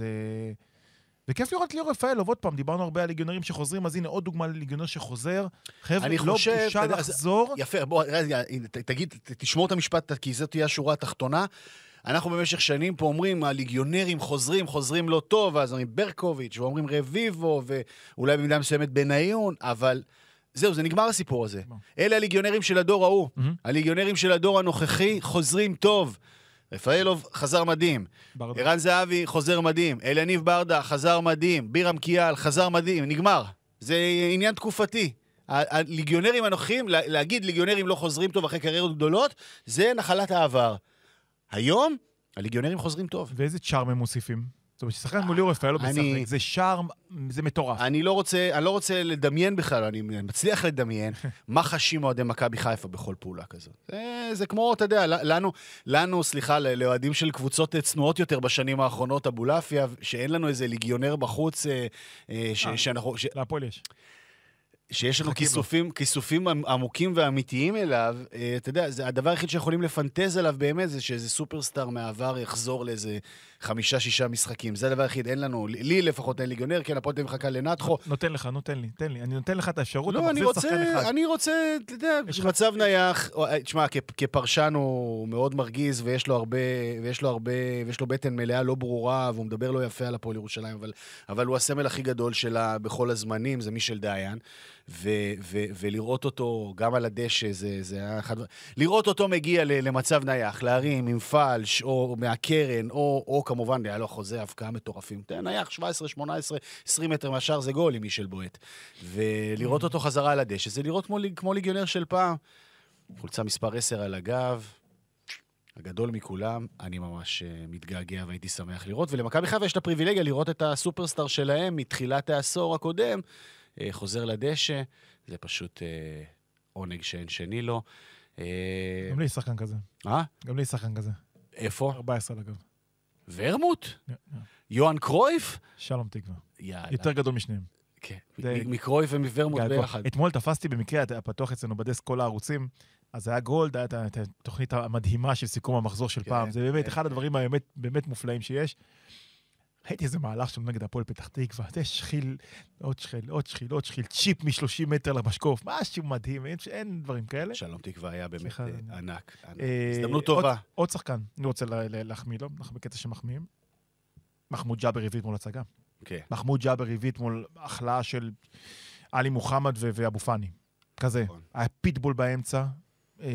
וכיף לראות ליאור רפאלוב, עוד פעם, דיברנו הרבה על ליגיונרים שחוזרים, אז הנה עוד דוגמה לליגיונר שחוזר. חבר'ה, לא בושה לחזור. יפה, בוא, תגיד, תשמור את המשפט, כי זאת תהיה השורה התחתונה. אנחנו במשך שנים פה אומרים, הליגיונרים חוזרים לא טוב, אז אומרים ברקוביץ', ואומרים רביבו, ואולי במידה מסוימת בניון, אבל זהו, זה נגמר הסיפור הזה. אלה הליגיונרים של הדור ההוא. הליגיונרים של הדור הנוכחי חוזרים טוב. רפאלוב חזר מדהים. ערן זהבי חוזר מדהים. אלניב ברדה חזר מדהים. בירם קיאל חזר מדהים. נגמר. זה עניין תקופתי. הליגיונרים הנוכחים, להגיד ליגיונרים לא חוזרים טוב אחרי קריירות גדולות, זה נחלת העבר. היום, הליגיונרים חוזרים טוב. ואיזה צ'ארם הם מוסיפים? זאת אומרת, ששחקן מול ליאור רפאלוב משחק, זה צ'ארם, זה מטורף. אני לא רוצה לדמיין בכלל, אני מצליח לדמיין מה חשים אוהדי מכבי חיפה בכל פעולה כזאת. זה כמו, אתה יודע, לנו, סליחה, לאוהדים של קבוצות צנועות יותר בשנים האחרונות, אבולעפיה, שאין לנו איזה ליגיונר בחוץ, להפועל יש. שיש לנו כיסופים עמוקים ואמיתיים אליו, אתה יודע, הדבר היחיד שיכולים לפנטז עליו באמת זה שאיזה סופרסטאר מהעבר יחזור לאיזה 5-6 משחקים. זה הדבר היחיד, אין לנו, לי לפחות אין ליגיונר, כן, הפועל תל אביב מחכה לנתחו. נותן לי. אני נותן לך את האפשרות, לא, אני רוצה, אתה יודע, מצב נייח, תשמע, כפרשן הוא מאוד מרגיז, ויש לו בטן מלאה לא ברורה, והוא מדבר לא יפה על הפועל ירושלים, אבל הוא הסמל הכי גדול שלה בכל הזמנים, זה מישל דיין. ולראות אותו גם על הדשא, זה היה אחד... לראות אותו מגיע למצב נייח, להרים עם פלש, או מהקרן, או כמובן, היה לו חוזה הבקעה מטורפים. נייח, 17, 18, 20 מטר מהשאר, זה גול עם מישל בועט. ולראות אותו חזרה על הדשא, זה לראות כמו ליגיונר של פעם. חולצה מספר 10 על הגב, הגדול מכולם, אני ממש מתגעגע והייתי שמח לראות. ולמכבי חיפה יש את הפריבילגיה לראות את הסופרסטאר שלהם מתחילת העשור הקודם, חוזר לדשא, זה פשוט עונג שאין שני לו. גם לי שחקן כזה. גם לי שחקן כזה. איפה? 14 אגב. ורמוט? יוהאן קרויף? שלום תקווה. יותר גדול משניהם. כן, מקרויף ומוורמוט ביחד. אתמול תפסתי במקרה, הפתוח אצלנו בדסק כל הערוצים, אז היה גולד, היה את התוכנית המדהימה של סיכום המחזור של פעם. זה באמת אחד הדברים באמת מופלאים שיש. ראיתי איזה מהלך שלנו נגד הפועל פתח תקווה, זה שחיל, עוד שחיל, צ'יפ מ-30 מטר למשקוף, משהו מדהים, אין דברים כאלה. שלום תקווה היה באמת ענק. הזדמנות טובה. עוד שחקן, אני רוצה להחמיא לו, אנחנו בקטע שמחמיאים. מחמוד ג'אבר הביא אתמול הצגה. מחמוד ג'אבר הביא אתמול החלאה של עלי מוחמד ואבו פאני. כזה, היה פיטבול באמצע. אתה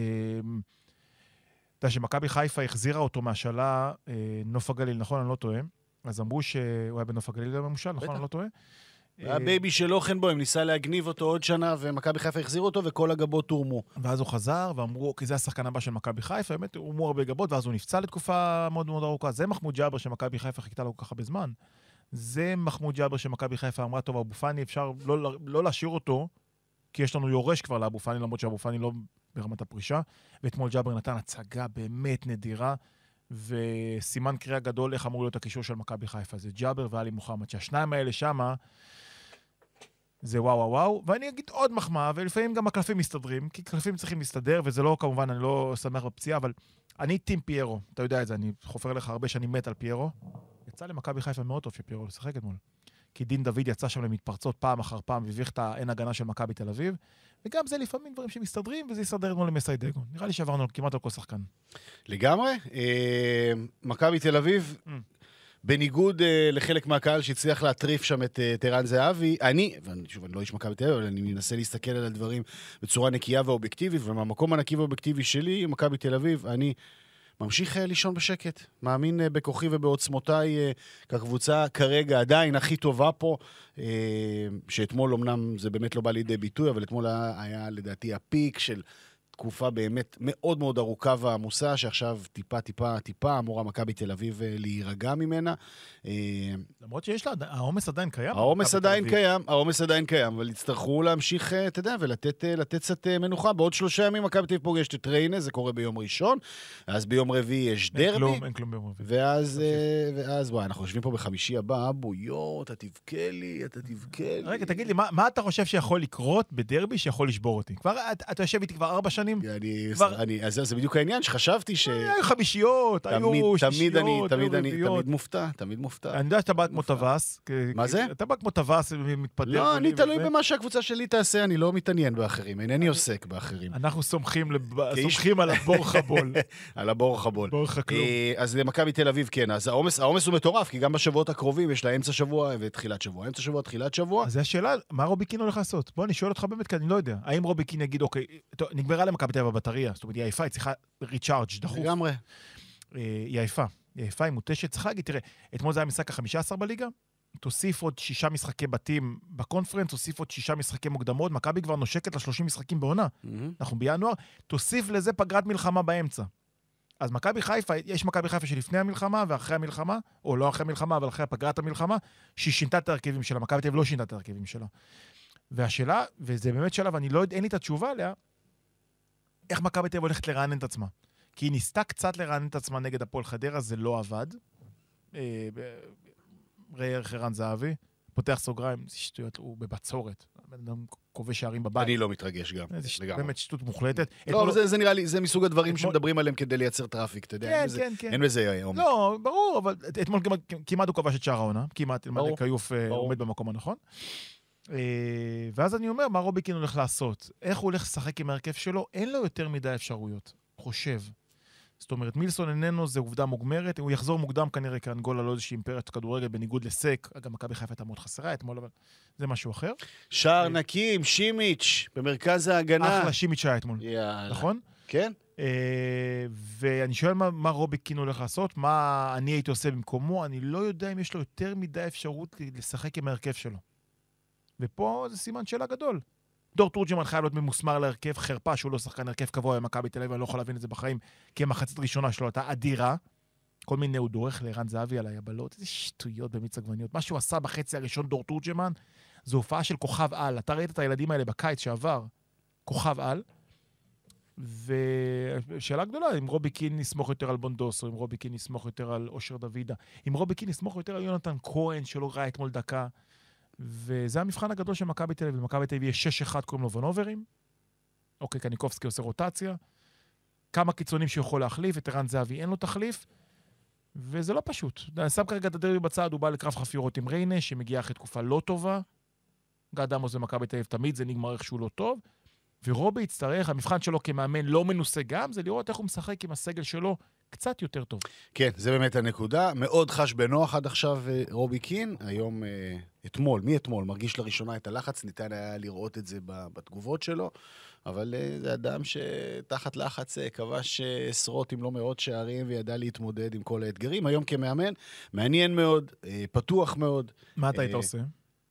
יודע שמכבי חיפה החזירה אותו מהשאלה נוף הגליל, נכון? אני לא טועה. אז אמרו שהוא היה בנוף הגליל הממשל, נכון? אני לא טועה. הבייבי של אוכנבוים ניסה להגניב אותו עוד שנה, ומכבי חיפה החזיר אותו, וכל הגבות תורמו. ואז הוא חזר, ואמרו, כי זה השחקן הבא של מכבי חיפה, באמת הורמו הרבה גבות, ואז הוא נפצע לתקופה מאוד מאוד ארוכה. זה מחמוד ג'אבר שמכבי חיפה חיכתה לו ככה בזמן. זה מחמוד ג'אבר שמכבי חיפה אמרה, טוב, אבו פאני אפשר לא להשאיר אותו, כי יש לנו יורש כבר לאבו פאני, למרות שאבו פאני לא ברמת הפרישה, ואתמול ג'אבר נתן הצגה באמת נדירה, וסימן קריאה גדול איך אמור להיות הקישור של מכבי חיפה. זה ג'אבר ואלי מוחמד, שהשניים האלה שמה, זה וואו וואו וואו, ואני אגיד עוד מחמאה, ולפעמים גם הקלפים מסתדרים, כי קלפים צריכים להסתדר, וזה לא, כמובן, אני לא שמח בפציעה, אבל אני טים פיירו, אתה יודע את זה, אני חופר לך הרבה שאני מת על פיירו. יצא למכבי חיפה מאוד טוב שפיירו לשחק אתמול. כי דין דוד יצא שם למתפרצות פעם אחר פעם, והביך את האין הגנה של מכבי תל אביב, וגם זה לפעמים דברים שמסתדרים, וזה יסתדר אתמול למסיידגו. נראה לי שעברנו כמעט על כל שחקן. לגמרי. מכבי תל אביב, בניגוד לחלק מהקהל שהצליח להטריף שם את ערן זהבי, אני לא איש מכבי תל אביב, אבל אני מנסה להסתכל על הדברים בצורה נקייה ואובייקטיבית, ומהמקום הנקי והאובייקטיבי שלי, מכבי תל אביב, אני ממשיך לישון בשקט. מאמין בכוחי ובעוצמותיי כקבוצה כרגע עדיין הכי טובה פה, שאתמול אמנם זה באמת לא בא לידי ביטוי, אבל אתמול היה לדעתי הפיק של תקופה באמת מאוד מאוד ארוכה ועמוסה, שעכשיו טיפה אמורה מכבי תל אביב להירגע ממנה. למרות שיש לה, העומס עדיין קיים. העומס עדיין קיים, אבל יצטרכו להמשיך, אתה יודע, ולתת קצת מנוחה. בעוד 3 ימים מכבי תל אביב פוגשת את ריינה, זה קורה ביום ראשון, אז ביום רביעי יש דרבי. אין כלום ביום רביעי. ואז וואי, אנחנו יושבים פה בחמישי הבא, אבו, אתה תבכה לי. רגע, תגיד לי, מה אתה חושב שיכול לקרות בדרבי שיכול לשבור אותי? כבר, אתה יושב איתי כבר 4 שנים? אז זה בדיוק העניין, שחשבתי ש... היו חמישיות, היו שישיות, תמיד מופתע. אני יודע שאתה בא כמו טווס. מה זה? אתה בא כמו טווס ומתפדר. לא, אני תלוי במה שהקבוצה שלי תעשה, אני לא מתעניין באחרים, אינני עוסק באחרים. אנחנו סומכים על הבור חבול. על הבור חבול. בור חכלום. אז למכבי תל אביב, כן, אז העומס הוא מטורף, כי גם בשבועות הקרובים יש לה אמצע שבוע ותחילת שבוע. אמצע שבוע, תחילת שבוע. אז זו השאלה, מה רובי קין הולך לעשות? בוא, אני שואל אותך באמת, כי אני לא יודע. האם רובי קין יגיד, אוקיי, נגמרה למכבי תל אביב בבטריה, זאת אומרת, היא עייפה, היא צריכה ריצ'ארג' דחוף. לגמרי. היא עייפה, היא מוטשת, צריכה להגיד, תראה, אתמול זה היה המשחק ה-15 בליגה, תוסיף עוד 6 משחקי בתים בקונפרנס, תוסיף עוד 6 משחקי מוקדמות, מכבי כבר נושקת ל-30 משחקים בעונה, אנחנו בינואר, תוסיף לזה פגרת מלחמה באמצע. אז מכבי חיפה, יש מכבי חיפה שלפני המלחמה ואחרי המלחמה, או לא אחרי המלחמה, אבל אחרי פגרת המלחמה, שהיא שינתה את ההרכבים שלה, מכבי תל אביב לא שינתה את ההרכבים שלה. והשאלה, וזה באמת שאלה, ואני לא יודע, אין לי את התשובה עליה, איך מכבי תל אביב הולכת לרענן את עצמה. כי היא ניסתה קצת לרענן את עצמה נגד הפועל חדרה, זה לא עבד. ראי ערך ערן זהבי, פותח סוגריים, זה שטויות, הוא בבצורת. כובש שערים בבית. אני לא מתרגש גם. זה באמת שטות מוחלטת. לא, אבל זה נראה לי, זה מסוג הדברים שמדברים עליהם כדי לייצר טראפיק, אתה יודע. כן. אין בזה עומק. לא, ברור, אבל אתמול כמעט הוא כבש את שער העונה, כמעט אלמלא כיוף עומד במקום הנכון. ואז אני אומר, מה רובי קין הולך לעשות? איך הוא הולך לשחק עם ההרכב שלו? אין לו יותר מדי אפשרויות. חושב. זאת אומרת, מילסון איננו, זה עובדה מוגמרת, הוא יחזור מוקדם כנראה כאנגולה, לא איזושהי אימפריית כדורגל בניגוד לסק, אגב, מכבי חיפה הייתה מאוד חסרה אתמול, אבל זה משהו אחר. שער נקי עם שימיץ' במרכז ההגנה. אחלה שימיץ' היה אתמול, נכון? כן. ואני שואל מה רובי קין הולך לעשות, מה אני הייתי עושה במקומו, אני לא יודע אם יש לו יותר מדי אפשרות לשחק עם ההרכב שלו. ופה זה סימן שאלה גדול. דור תורג'מן חייב להיות ממוסמר להרכב, חרפה שהוא לא שחקן הרכב קבוע במכבי תל אביב, אני לא יכול להבין את זה בחיים, כי המחצית הראשונה שלו הייתה אדירה. כל מיני, הוא דורך לערן זהבי על היבלות, איזה שטויות במיץ עגבניות. מה שהוא עשה בחצי הראשון, דור תורג'מן, זו הופעה של כוכב על. אתה ראית את הילדים האלה בקיץ שעבר, כוכב על, ושאלה גדולה, אם רובי קין נסמוך יותר על בונדוס, או אם רובי קין נסמוך יותר על אושר דוידה, אם רובי קין נסמוך יותר על יונתן כהן, שלא ראה אתמול דקה, וזה המבחן הגדול של מכבי תל אביב. במכבי תל אביב יש 6-1 קוראים לו ונוברים. אוקיי, קניקובסקי עושה רוטציה. כמה קיצונים שיכול להחליף, את ערן זהבי אין לו תחליף, וזה לא פשוט. אני שם כרגע את הדרבי בצד, הוא בא לקרב חפירות עם ריינה, שמגיע אחרי תקופה לא טובה. גד עמוס במכבי תל אביב תמיד זה נגמר איכשהו לא טוב. ורובי יצטרך, המבחן שלו כמאמן לא מנוסה גם, זה לראות איך הוא משחק עם הסגל שלו קצת יותר טוב. כן, זה באמת הנקודה. מאוד חש בנוח עד עכשיו רובי קין. היום, מאתמול, מרגיש לראשונה את הלחץ. ניתן היה לראות את זה בתגובות שלו. אבל זה אדם שתחת לחץ כבש עשרות אם לא מאות שערים וידע להתמודד עם כל האתגרים. היום כמאמן, מעניין מאוד, פתוח מאוד. מה אתה היית עושה?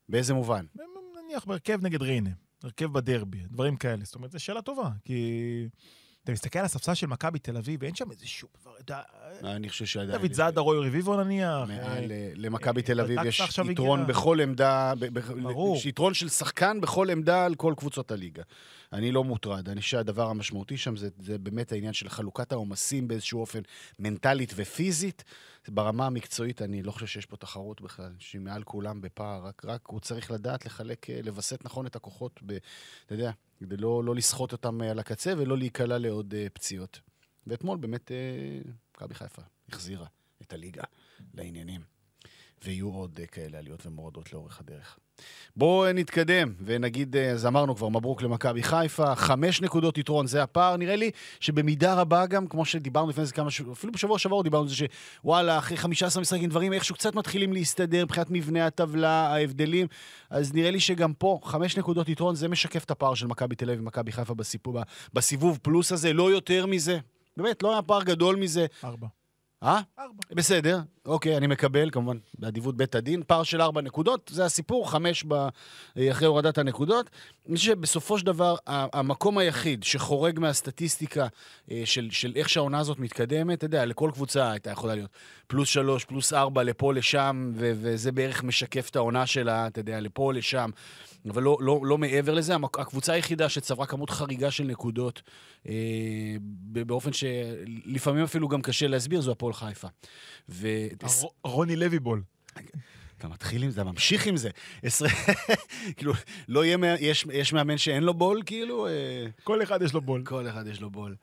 באיזה מובן? נניח בהרכב נגד ריינה, הרכב בדרבי, דברים כאלה. זאת אומרת, זו שאלה טובה, כי אתה מסתכל על הספסל של מכבי תל אביב, ואין שם איזשהו דבר, אני חושב שעדיין... דוד זאדה, רוי רביבו נניח. למכבי תל אביב יש יתרון בכל עמדה, יש יתרון של שחקן בכל עמדה על כל קבוצות הליגה. אני לא מוטרד, אני חושב שהדבר המשמעותי שם זה באמת העניין של חלוקת העומסים באיזשהו אופן מנטלית ופיזית. ברמה המקצועית אני לא חושב שיש פה תחרות בכלל, שהיא מעל כולם בפער, רק הוא צריך לדעת לבסט נכון את הכוחות, אתה יודע, כדי לא לסחוט אותם על הקצה ולא להיקלה לעוד פציעות. ואתמול באמת מכבי חיפה החזירה את הליגה לעניינים, ויהיו עוד כאלה עליות ומורדות לאורך הדרך. בואו נתקדם ונגיד, אז אמרנו כבר, מברוק למכבי חיפה, 5 נקודות יתרון, זה הפער. נראה לי שבמידה רבה גם, כמו שדיברנו לפני זה כמה, אפילו בשבוע שעבר דיברנו על זה שוואלה, אחרי 15 משחקים דברים איכשהו קצת מתחילים להסתדר מבחינת מבנה הטבלה, ההבדלים, אז נראה לי שגם פה 5 נקודות יתרון, זה משקף את הפער של מכבי תל אביב ומכבי חיפה בסיבוב פלוס הזה, לא יותר מזה. באמת, לא היה פער גדול מזה. 4. 4. בסדר, אוקיי, אני מקבל, כמובן, באדיבות בית הדין, פער של 4 נקודות, זה הסיפור, 5 אחרי הורדת הנקודות. אני חושב שבסופו של דבר, המקום היחיד שחורג מהסטטיסטיקה של איך שהעונה הזאת מתקדמת, אתה יודע, לכל קבוצה הייתה יכולה להיות +3, +4, לפה, לשם, וזה בערך משקף את העונה שלה, אתה יודע, לפה, לשם. אבל לא מעבר לזה, הקבוצה היחידה שצברה כמות חריגה של נקודות, באופן שלפעמים אפילו גם קשה להסביר, זו הפועל חיפה. רוני לוי בול. אתה מתחיל עם זה, אתה ממשיך עם זה. כאילו, לא יהיה, יש מאמן שאין לו בול, כאילו? כל אחד יש לו בול. כל אחד יש לו בול.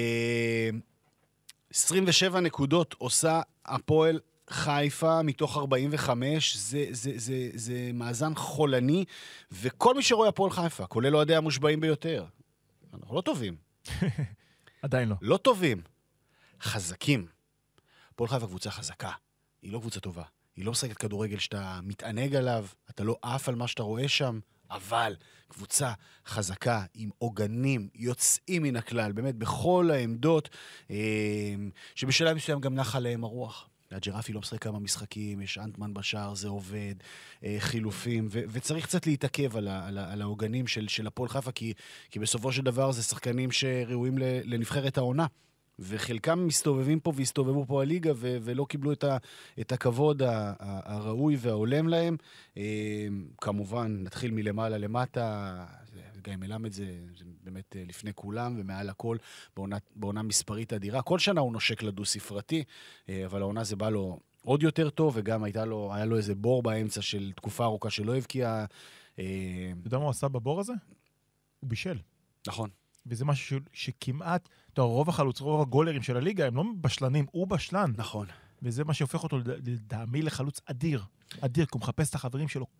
27 נקודות עושה הפועל חיפה מתוך 45, זה מאזן חולני, וכל מי שרואה הפועל חיפה, כולל אוהדי המושבעים ביותר, אנחנו לא טובים. עדיין לא. לא טובים. חזקים. הפועל חיפה קבוצה חזקה. היא לא קבוצה טובה. היא לא משחקת כדורגל שאתה מתענג עליו, אתה לא עף על מה שאתה רואה שם, אבל קבוצה חזקה, עם עוגנים, יוצאים מן הכלל, באמת בכל העמדות, שבשלב מסוים גם נחה להם הרוח. הג'רפי לא משחק כמה משחקים, יש אנטמן בשער, זה עובד, חילופים, וצריך קצת להתעכב על העוגנים של הפועל חיפה, כי בסופו של דבר זה שחקנים שראויים לנבחרת העונה, וחלקם מסתובבים פה והסתובבו פה הליגה, ולא קיבלו את הכבוד הראוי והעולם להם. כמובן, נתחיל מלמעלה למטה, גיא מלמד זה באמת לפני כולם, ומעל הכל בעונה מספרית אדירה. כל שנה הוא נושק לדו ספרתי, אבל העונה זה בא לו עוד יותר טוב, וגם היה לו איזה בור באמצע של תקופה ארוכה שלא הבקיע. אתה יודע מה הוא עשה בבור הזה? הוא בישל. נכון. וזה משהו שכמעט, רוב החלוץ, רוב הגולרים של הליגה, הם לא בשלנים, הוא בשלן. נכון. וזה מה שהופך אותו לדעמי לחלוץ אדיר. אדיר, כי הוא מחפש את החברים שלו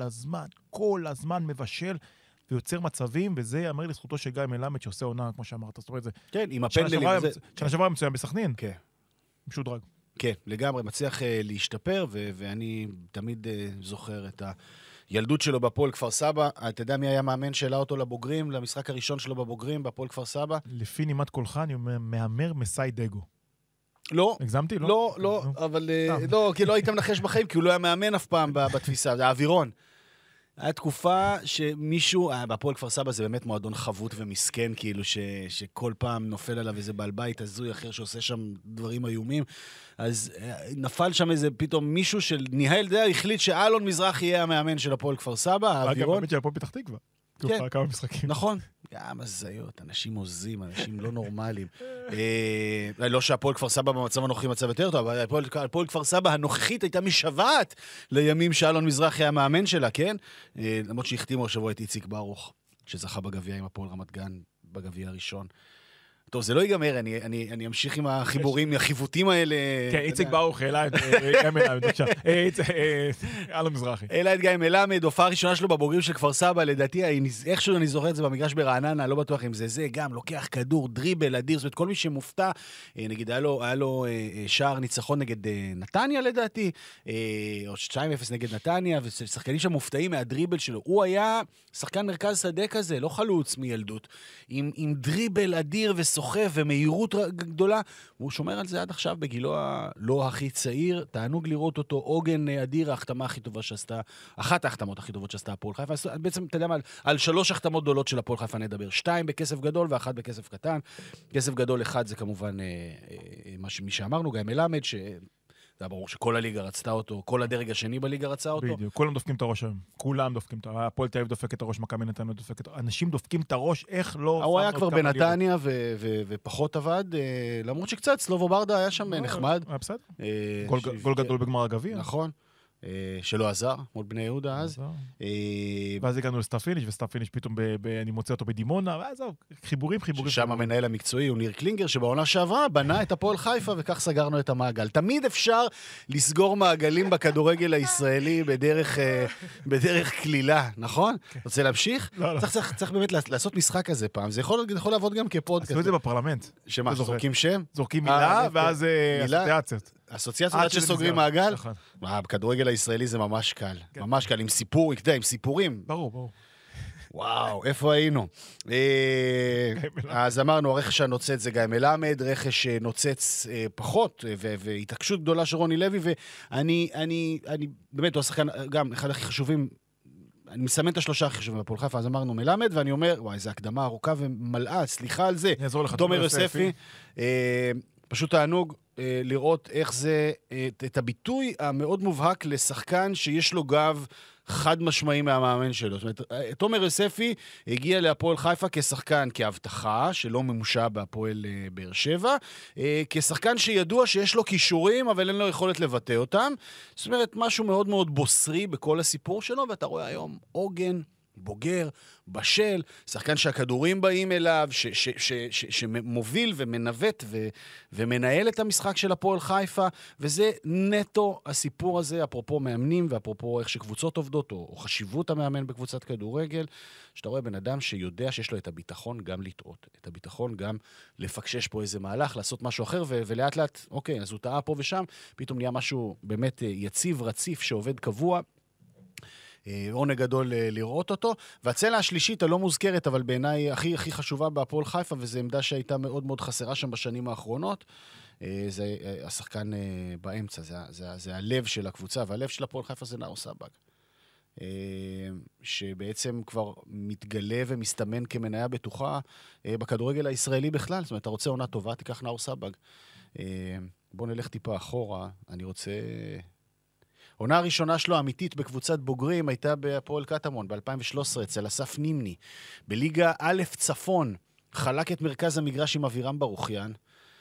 כל הזמן מבשל, ויוצר מצבים, וזה יאמר לזכותו של גיא מלמד שעושה עונה, כמו שאמרת. זאת אומרת, זה... כן, עם הפנדלים. שנה שעברה מצוין בסכנין. כן. משודרג. כן, לגמרי, מצליח להשתפר, ואני תמיד זוכר את הילדות שלו בפועל כפר סבא. אתה יודע מי היה מאמן שאלה אותו לבוגרים, למשחק הראשון שלו בבוגרים, בפועל כפר סבא? לפי נימת קולך, אני מאמר מסי דגו. לא. הגזמתי? לא, אבל לא, כי לא היית מנחש בחיים, כי הוא לא היה מאמן אף פעם בתפיסה, זה האווירון. היה תקופה שמישהו, בפועל כפר סבא זה באמת מועדון חבוט ומסכן, כאילו שכל פעם נופל עליו איזה בעל בית הזוי אחר שעושה שם דברים איומים, אז נפל שם איזה פתאום מישהו של ניהל דה, החליט שאלון מזרחי יהיה המאמן של הפועל כפר סבא, האווירון. אגב, באמת של הפועל פתח תקווה. כן. כמה משחקים. נכון. גם הזיות, אנשים עוזים, אנשים לא נורמליים. לא שהפועל כפר סבא במצב הנוכחי מצב יותר טוב, אבל הפועל כפר סבא הנוכחית הייתה משוועת לימים שאלון מזרחי היה המאמן שלה, כן? למרות שהחתימו השבוע את איציק ברוך, שזכה בגביע עם הפועל רמת גן, בגביע הראשון. טוב, זה לא ייגמר, אני אמשיך עם החיבורים, החיווטים האלה. כן, איציק ברוך, העלה את גיא מלמד, בבקשה. אלון מזרחי. העלה את גיא מלמד, הופעה ראשונה שלו בבוגרים של כפר סבא, לדעתי, איכשהו אני זוכר את זה במגרש ברעננה, לא בטוח אם זה גם, לוקח כדור, דריבל, אדיר, זאת אומרת, כל מי שמופתע, נגיד, היה לו שער ניצחון נגד נתניה, לדעתי, או 2-0 נגד נתניה, ושחקנים שם מופתעים מהדריבל שלו. הוא היה שחקן מרכז שדה כזה, לא חלוץ מילדות, עם דריבל אדיר סוחף ומהירות גדולה, והוא שומר על זה עד עכשיו בגילו הלא הכי צעיר, תענוג לראות אותו, עוגן אדיר, ההחתמה הכי טובה שעשתה, אחת ההחתמות הכי טובות שעשתה הפועל חיפה, בעצם אתה יודע מה, על 3 החתמות גדולות של הפועל חיפה נדבר, 2 בכסף גדול ו1 בכסף קטן, כסף גדול אחד זה כמובן מי שאמרנו, גיא מלמד, זה היה ברור שכל הליגה רצתה אותו, כל הדרג השני בליגה רצה אותו. בדיוק, כולם דופקים את הראש היום. כולם דופקים את הראש. הפועל תל אביב דופק את הראש, מכבי נתניה דופק את הראש. אנשים דופקים את הראש, איך לא... הוא היה כבר בנתניה ופחות עבד, למרות שקצת, סלובו ברדה היה שם נחמד. היה בסדר. גול גדול בגמר הגביע. נכון. שלא עזר, מול בני יהודה אז. ואז הגענו לסטאפיניש, וסטאפיניש פתאום, אני מוצא אותו בדימונה, ואז חיבורים. שם המנהל המקצועי הוא ניר קלינגר, שבעונה שעברה בנה את הפועל חיפה, וכך סגרנו את המעגל. תמיד אפשר לסגור מעגלים בכדורגל הישראלי בדרך כלילה, נכון? רוצה להמשיך? צריך באמת לעשות משחק כזה פעם. זה יכול לעבוד גם כפודקאסט. עשו את זה בפרלמנט. שמה, זורקים שם? זורקים מילה, ואז אסוציאציות. אסוציאציות עד שסוגרים מעגל? בכדורגל הישראלי זה ממש קל. ממש קל, עם סיפור, עם סיפורים. ברור. וואו, איפה היינו? אז אמרנו, הרכש הנוצץ זה גיא מלמד, רכש נוצץ פחות, והתעקשות גדולה של רוני לוי, ואני באמת, הוא השחקן גם אחד הכי חשובים, אני מסמן את 3 הכי חשובים בפועל חיפה, אז אמרנו מלמד, ואני אומר, וואי, איזו הקדמה ארוכה ומלאה, סליחה על זה. תומר יוספי, פשוט תענוג לראות איך זה, את הביטוי המאוד מובהק לשחקן שיש לו גב חד משמעי מהמאמן שלו. זאת אומרת, תומר יוספי הגיע להפועל חיפה כשחקן, כהבטחה, שלא ממושה בהפועל באר שבע, כשחקן שידוע שיש לו כישורים, אבל אין לו יכולת לבטא אותם. זאת אומרת, משהו מאוד מאוד בוסרי בכל הסיפור שלו, ואתה רואה היום עוגן, בוגר, בשל, שחקן שהכדורים באים אליו, שמוביל ומנווט ומנהל את המשחק של הפועל חיפה, וזה נטו הסיפור הזה, אפרופו מאמנים, ואפרופו איך שקבוצות עובדות, או חשיבות המאמן בקבוצת כדורגל, שאתה רואה בן אדם שיודע שיש לו את הביטחון גם לטעות, את הביטחון גם לפקשש פה איזה מהלך, לעשות משהו אחר, ולאט לאט, אוקיי, אז הוא טעה פה ושם, פתאום נהיה משהו באמת יציב, רציף, שעובד קבוע, עונג גדול לראות אותו. והצלע השלישית הלא מוזכרת, אבל בעיניי הכי חשובה בהפועל חיפה, וזו עמדה שהייתה מאוד מאוד חסרה שם בשנים האחרונות, זה השחקן באמצע, זה הלב של הקבוצה, והלב של הפועל חיפה זה נאור סבג, שבעצם כבר מתגלה ומסתמן כמניה בטוחה בכדורגל הישראלי בכלל. זאת אומרת, אתה רוצה עונה טובה, תיקח נאור סבג. בוא נלך טיפה אחורה, אני רוצה... עונה הראשונה שלו, אמיתית, בקבוצת בוגרים, הייתה בהפועל קטמון, ב-2013, אצל אסף נימני. בליגה א' צפון, חלק את מרכז המגרש עם אבירם ברוכיאן,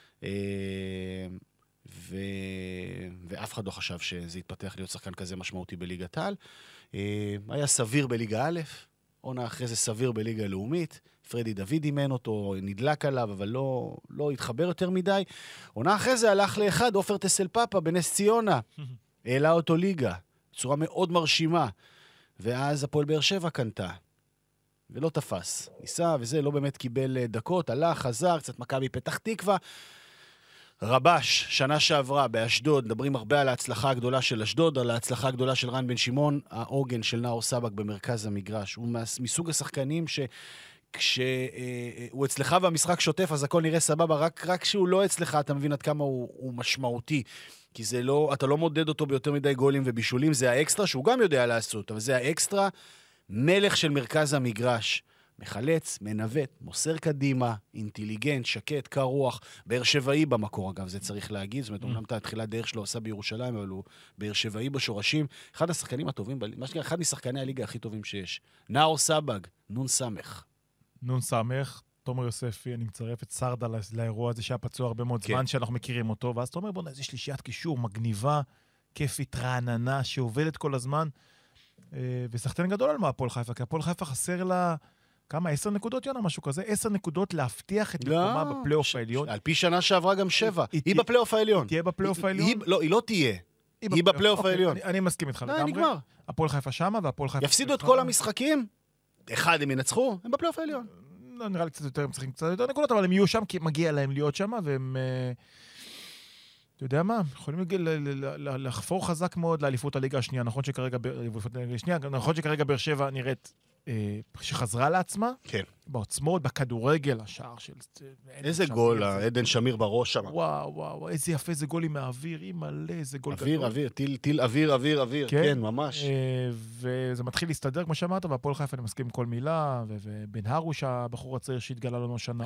ואף אחד לא חשב שזה יתפתח להיות שחקן כזה משמעותי בליגת העל. היה סביר בליגה א', עונה אחרי זה סביר בליגה לאומית, פרדי דוד אימן אותו, נדלק עליו, אבל לא התחבר יותר מדי. עונה אחרי זה הלך לאחד, עופר טסל פאפה בנס ציונה. העלה אותו ליגה, בצורה מאוד מרשימה, ואז הפועל באר שבע קנתה, ולא תפס. ניסה וזה, לא באמת קיבל דקות, הלך, חזר, קצת מכבי פתח תקווה. רבש, שנה שעברה באשדוד, מדברים הרבה על ההצלחה הגדולה של אשדוד, על ההצלחה הגדולה של רן בן שמעון, העוגן של נאור סבג במרכז המגרש. הוא מסוג השחקנים כשהוא אצלך והמשחק שוטף, אז הכל נראה סבבה, רק כשהוא לא אצלך, אתה מבין עד כמה הוא משמעותי. כי זה לא, אתה לא מודד אותו ביותר מדי גולים ובישולים, זה האקסטרה שהוא גם יודע לעשות, אבל זה האקסטרה, מלך של מרכז המגרש. מחלץ, מנווט, מוסר קדימה, אינטליגנט, שקט, קר רוח, באר שבעי במקור, אגב, זה צריך להגיד, זאת אומרת, אומנם את התחילת דרך שלו עשה בירושלים, אבל הוא באר שבעי בשורשים, אחד השחקנים הטובים, אחד משחקני הליגה הכי טובים שיש. נאור סבג, נון סמך. נון סמך, תומר יוספי, אני מצרף את סרדה לאירוע הזה שהיה פצוע הרבה מאוד זמן שאנחנו מכירים אותו, ואז אתה אומר, בוא נעשה שלישיית קישור, מגניבה, כיפית, רעננה, שעובדת כל הזמן, ושחקן גדול על מה הפועל חיפה, כי הפועל חיפה חסר לה כמה? 10 נקודות, יונה, משהו כזה? 10 נקודות להבטיח את מקומה בפלייאוף העליון. על פי שנה שעברה גם 7. היא בפלייאוף העליון. תהיה בפלייאוף העליון? לא, היא לא תהיה. היא בפלייאוף העליון. אני מסכים איתך לגמרי. נגמר. הפועל חיפה שמה, והפועל חיפה... יפסידו את כל המשחקים, אחד הם ינצחו, הם בפלייאוף העליון. לא, נראה לי קצת יותר, הם צריכים קצת יותר נקודות, אבל הם יהיו שם, כי מגיע להם להיות שם, והם... אתה יודע מה? יכולים לחפור חזק מאוד לאליפות הליגה השנייה. נכון שכרגע באר שבע נראית שחזרה לעצמה, כן. בעוצמות, בכדורגל, השער של... איזה גול, עדן שמיר בראש שם. וואו, איזה יפה, איזה גולים מהאוויר, מלא, איזה גול גדול. אוויר, טיל אוויר, כן, ממש. וזה מתחיל להסתדר, כמו שאמרת, והפועל חיפה, אני מסכים עם כל מילה, ובן הרוש, הבחור הצעיר שהתגלה לנו השנה,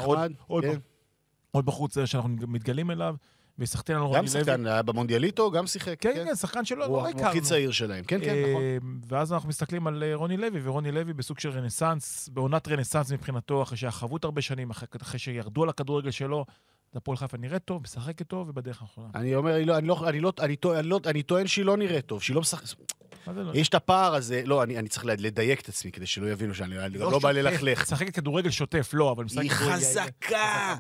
עוד בחור צעיר שאנחנו מתגלים אליו, ושחקן על רוני לוי. גם שחקן, במונדיאליטו, גם שיחק. כן, שחקן שלו, לא הכרנו. הוא הכי צעיר שלהם, כן, נכון. ואז אנחנו מסתכלים על רוני לוי, ורוני לוי בסוג של רנסנס, בעונת רנסנס מבחינתו, אחרי שהחוות הרבה שנים, אחרי שירדו על הכדורגל שלו, הפועל חיפה נראית טוב, משחקת טוב, ובדרך האחרונה. אני אומר, אני טוען שהיא לא נראית טוב, שהיא לא משחקת... יש את הפער הזה, לא, אני צריך לדייק את עצמי, כדי שלא יבינו שאני לא בא ללכלך. משחקת כדורגל שוטף, לא, אבל משחקת כדורגל... היא חזקה!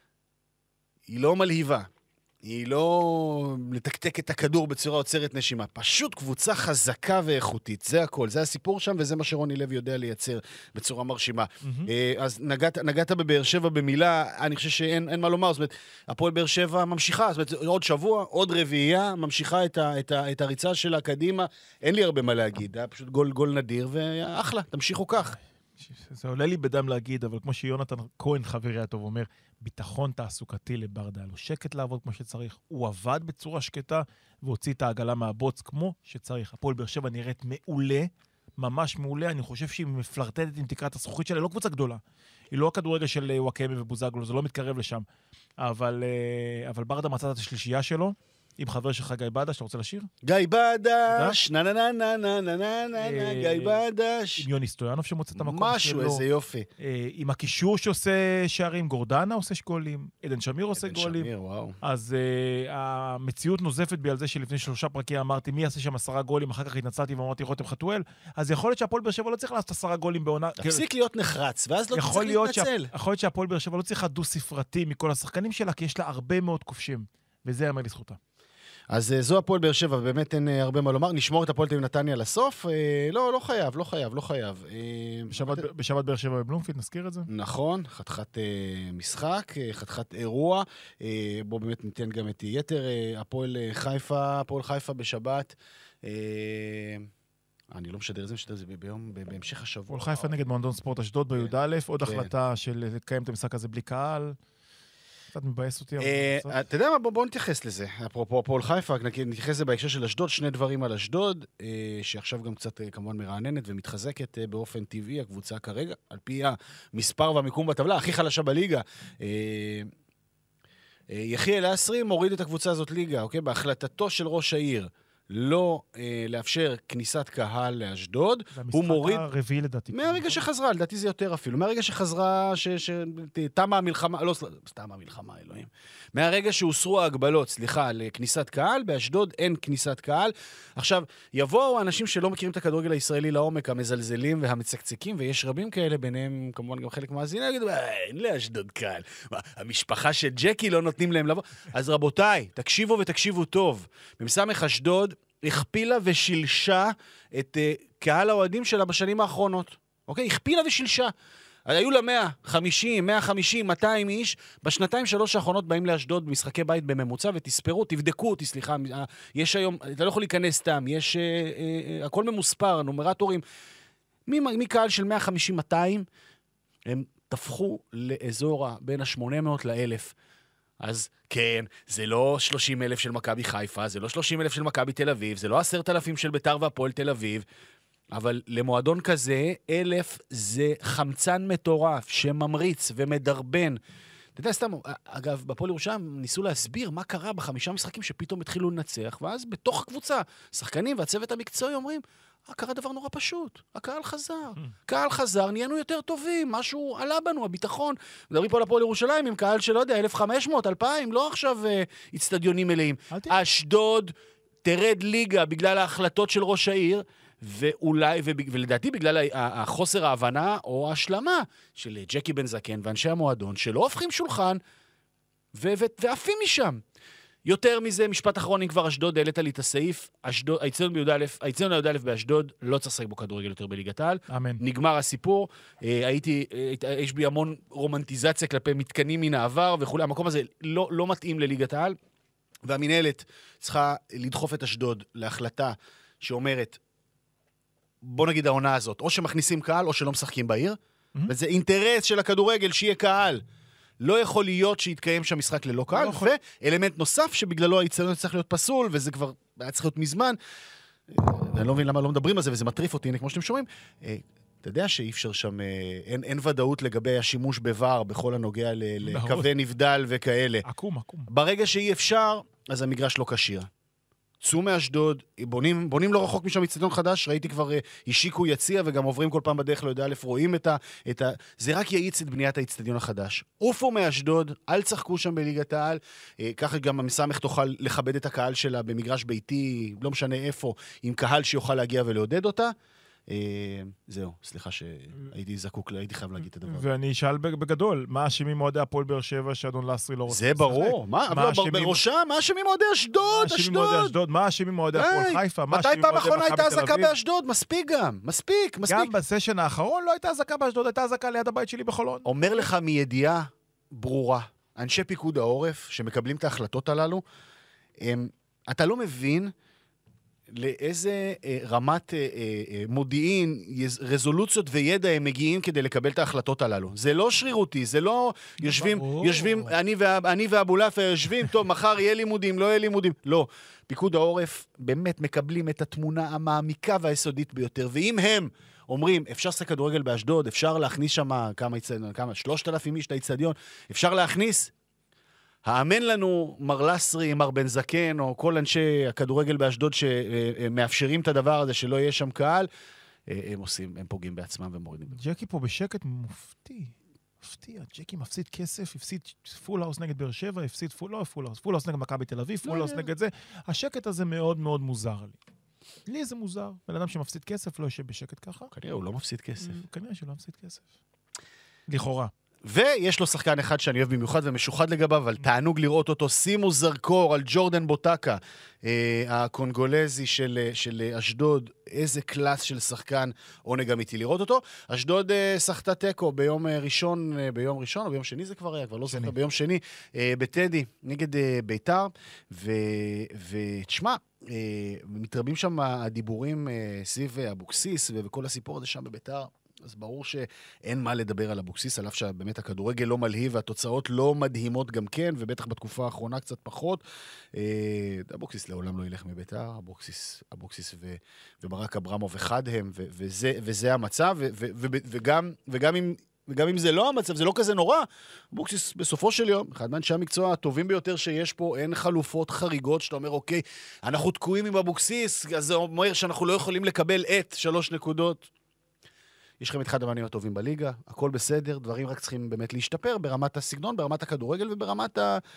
היא לא מלהיבה. היא לא לתקתק את הכדור בצורה עוצרת נשימה. פשוט קבוצה חזקה ואיכותית. זה הכל. זה הסיפור שם, וזה מה שרוני לוי יודע לייצר בצורה מרשימה. אז נגעת בבאר שבע במילה, אני חושב שאין מה לומר. זאת אומרת, הפועל באר שבע ממשיכה. זאת אומרת, עוד שבוע, עוד רביעייה, ממשיכה את הריצה שלה קדימה. אין לי הרבה מה להגיד. היה פשוט גול נדיר, ואחלה, תמשיכו כך. זה עולה לי בדם להגיד, אבל כמו שיונתן כהן חברי הטוב אומר, ביטחון תעסוקתי לברדה, לו שקט לעבוד כמו שצריך, הוא עבד בצורה שקטה, והוציא את העגלה מהבוץ כמו שצריך. הפועל באר שבע נראית מעולה, ממש מעולה, אני חושב שהיא מפלרטטת עם תקרת הזכוכית שלה, לא קבוצה גדולה, היא לא הכדורגל של וואקמה ובוזגלו, זה לא מתקרב לשם, אבל ברדה מצא את השלישייה שלו, עם חבר שלך גיא בדש, אתה רוצה לשיר? גיא בדש, נה נה נה נה נה נה נה נה, גיא בדש. עם יוני סטויאנוב שמוצא את המקום שלו. משהו, איזה יופי. עם הקישור שעושה שערים, גורדנה עושה גולים, עדן שמיר עושה גולים. עדן שמיר, וואו. אז המציאות נוזפת בי על זה שלפני 3 פרקים אמרתי, מי יעשה שם 10 גולים, אחר כך התנצלתי ואמרתי רותם חתואל, אז יכול להיות שהפועל באר שבע לא צריך לעשות 10 גולים בעונה. תפסיק להיות נחרץ, ואז לא צריך להתנצל. יכול להיות שהפועל באר שבע לא צריכה דו-ספרתי מכל השחקנים שלה, כי יש לה הרבה מאוד כובשים, וזה יאמר לזכותה. אז זו הפועל באר שבע, באמת אין הרבה מה לומר. נשמור את הפועל תל אביב נתניה לסוף? לא חייב. בשבת באר שבע בבלומפילד, נזכיר את זה? נכון, חתיכת משחק, חתיכת אירוע. בוא באמת ניתן גם את יתר הפועל חיפה בשבת. אני לא משדר את זה, בהמשך השבוע. הפועל חיפה נגד מועדון ספורט אשדוד בי"א, עוד החלטה של לקיים את המשחק הזה בלי קהל. קצת מבאס אותי. אתה יודע מה? בוא נתייחס לזה. אפרופו הפועל חיפה, נתייחס לזה בהקשר של אשדוד, 2 דברים על אשדוד, שעכשיו גם קצת כמובן מרעננת ומתחזקת באופן טבעי, הקבוצה כרגע, על פי המספר והמיקום בטבלה, הכי חלשה בליגה. יחיאל אסרי מוריד את הקבוצה הזאת ליגה, אוקיי? בהחלטתו של ראש העיר. לא לאפשר כניסת קהל לאשדוד, הוא מוריד... והמשחק הרביעי לדעתי. מהרגע שחזרה, לדעתי זה יותר אפילו. מהרגע שחזרה, תמה המלחמה, לא, סתם המלחמה, אלוהים. מהרגע שהוסרו ההגבלות, לכניסת קהל, באשדוד אין כניסת קהל. עכשיו, יבואו אנשים שלא מכירים את הכדורגל הישראלי לעומק, המזלזלים והמצקצקים, ויש רבים כאלה, ביניהם כמובן גם חלק מאזינים, יגידו, אין לאשדוד קהל. המשפחה של ג'קי לא נותנים להם לבוא. אז רבותיי, תקשיבו ותקשיבו טוב. במסמך אשדוד הכפילה ושילשה את קהל האוהדים שלה בשנים האחרונות. אוקיי? הכפילה ושילשה. היו לה 150, 150, 200 איש. בשנתיים 3 האחרונות באים לאשדוד במשחקי בית בממוצע, ותספרו, תבדקו אותי, סליחה. יש היום, אתה לא יכול להיכנס סתם, יש הכל ממוספר, נומרטורים. מקהל של 150-200, הם תפחו לאזור בין ה-800 ל-1,000. אז כן, זה לא 30,000 של מכבי חיפה, זה לא 30,000 של מכבי תל אביב, זה לא 10,000 של ביתר והפועל תל אביב, אבל למועדון כזה, 1,000 זה חמצן מטורף שממריץ ומדרבן. אתה יודע, סתם, אגב, בפועל ירושלים ניסו להסביר מה קרה ב5 משחקים שפתאום התחילו לנצח, ואז בתוך הקבוצה, שחקנים והצוות המקצועי אומרים, קרה דבר נורא פשוט, הקהל חזר. קהל חזר, נהיינו יותר טובים, משהו עלה בנו, הביטחון. מדברים פה על הפועל ירושלים עם קהל של, לא יודע, 1,500, 2,000, לא עכשיו אצטדיונים מלאים. אשדוד תרד ליגה בגלל ההחלטות של ראש העיר, ואולי, ולדעתי בגלל החוסר ההבנה או ההשלמה של ג'קי בן זקן ואנשי המועדון, שלא הופכים שולחן ועפים משם. יותר מזה, משפט אחרון, אם כבר אשדוד, העלית לי את הסעיף, האיצטדיון בי"א באשדוד, לא צריך לשחק בו כדורגל יותר בליגת העל. אמן. נגמר הסיפור, יש בי המון רומנטיזציה כלפי מתקנים מן העבר וכולי, המקום הזה לא מתאים לליגת העל, והמנהלת צריכה לדחוף את אשדוד להחלטה שאומרת, בוא נגיד העונה הזאת, או שמכניסים קהל או שלא משחקים בעיר, וזה אינטרס של הכדורגל שיהיה קהל. לא יכול להיות שיתקיים שם משחק ללא קהל, ואלמנט נוסף שבגללו האיצטדיון צריך להיות פסול, וזה כבר היה צריך להיות מזמן, אני לא מבין למה לא מדברים על זה, וזה מטריף אותי, כמו שאתם שומעים, אתה יודע שאי אפשר שם, אין ודאות לגבי השימוש בוואר, בכל הנוגע לקווי נבדל וכאלה. עקום. ברגע שאי אפשר, אז המגרש לא קשיר. צאו מאשדוד, בונים לא רחוק משם אצטדיון חדש, ראיתי כבר השיקו יציע, וגם עוברים כל פעם בדרך, לא יודע, רואים זה רק יאיץ את בניית האצטדיון החדש. עופו מאשדוד, אל צחקו שם בליגת העל, ככה גם המסמך תוכל לכבד את הקהל שלה במגרש ביתי, לא משנה איפה, עם קהל שיוכל להגיע ולעודד אותה. זהו, סליחה שהייתי זקוק, הייתי חייב להגיד את הדבר. ואני אשאל בגדול, מה אשמים מועדי הפועל באר שבע שאדון לסרי לא רוצה? זה ברור, בראשם, מה אשמים מועדי אשדוד? מה אשמים מועדי הפועל חיפה? מתי פעם אחרונה הייתה אזעקה באשדוד? מספיק גם, מספיק. גם בסשן האחרון לא הייתה אזעקה באשדוד, הייתה אזעקה ליד הבית שלי בחולון. אומר לך מידיעה ברורה, אנשי פיקוד העורף שמקבלים את ההחלטות הללו, אתה לא מבין לאיזה רמת מודיעין, רזולוציות וידע הם מגיעים כדי לקבל את ההחלטות הללו. זה לא שרירותי, זה לא יושבים, אני ואבולאפיה יושבים, טוב, מחר יהיה לימודים, לא יהיה לימודים. לא. פיקוד העורף באמת מקבלים את התמונה המעמיקה והיסודית ביותר, ואם הם אומרים, אפשר לשחק כדורגל באשדוד, אפשר להכניס שם כמה 3,000 איש לאצטדיון, אפשר להכניס, האמן לנו, מר לסרי, מר בן זקן, או כל אנשי הכדורגל באשדוד שמאפשרים את הדבר הזה, שלא יהיה שם קהל, הם פוגעים בעצמם ומורידים. ג'קי פה בשקט מפתיע. ג'קי מפסיד כסף, הפסיד פול האוס נגד באר שבע, הפסיד פול האוס נגד מכבי תל אביב, פול האוס נגד זה. השקט הזה מאוד מאוד מוזר לי. לי זה מוזר. בן אדם שמפסיד כסף לא יושב בשקט ככה. כנראה הוא לא מפסיד כסף. כנראה שהוא לא מפסיד כסף. לכאורה. ויש לו שחקן אחד שאני אוהב במיוחד ומשוחד לגביו, אבל תענוג לראות אותו, שימו זרקור על ג'ורדן בוטקה, הקונגולזי של אשדוד, איזה קלאס של שחקן, עונג אמיתי לראות אותו. אשדוד שחתה טקו ביום ראשון או ביום שני זה כבר היה, כבר לא זוכר, ביום שני, בטדי, נגד ביתר, ותשמע, מתרבים שם הדיבורים סביב אבוקסיס וכל הסיפור הזה שם בביתר, אז ברור שאין מה לדבר על אבוקסיס, על אף שבאמת הכדורגל לא מלהיב, והתוצאות לא מדהימות גם כן, ובטח בתקופה האחרונה קצת פחות. אבוקסיס לעולם לא ילך מביתר, אבוקסיס וברק אברמוב אחד הם, וזה המצב, וגם אם זה לא המצב, זה לא כזה נורא. אבוקסיס בסופו של יום, אחד מאנשי המקצוע הטובים ביותר שיש פה, אין חלופות חריגות, שאתה אומר, אוקיי, אנחנו תקועים עם אבוקסיס, אז זה אומר שאנחנו לא יכולים לקבל 3 נקודות. יש לכם את אחד המאמנים הטובים בליגה, הכל בסדר, דברים רק צריכים באמת להשתפר ברמת הסגנון, ברמת הכדורגל וברמת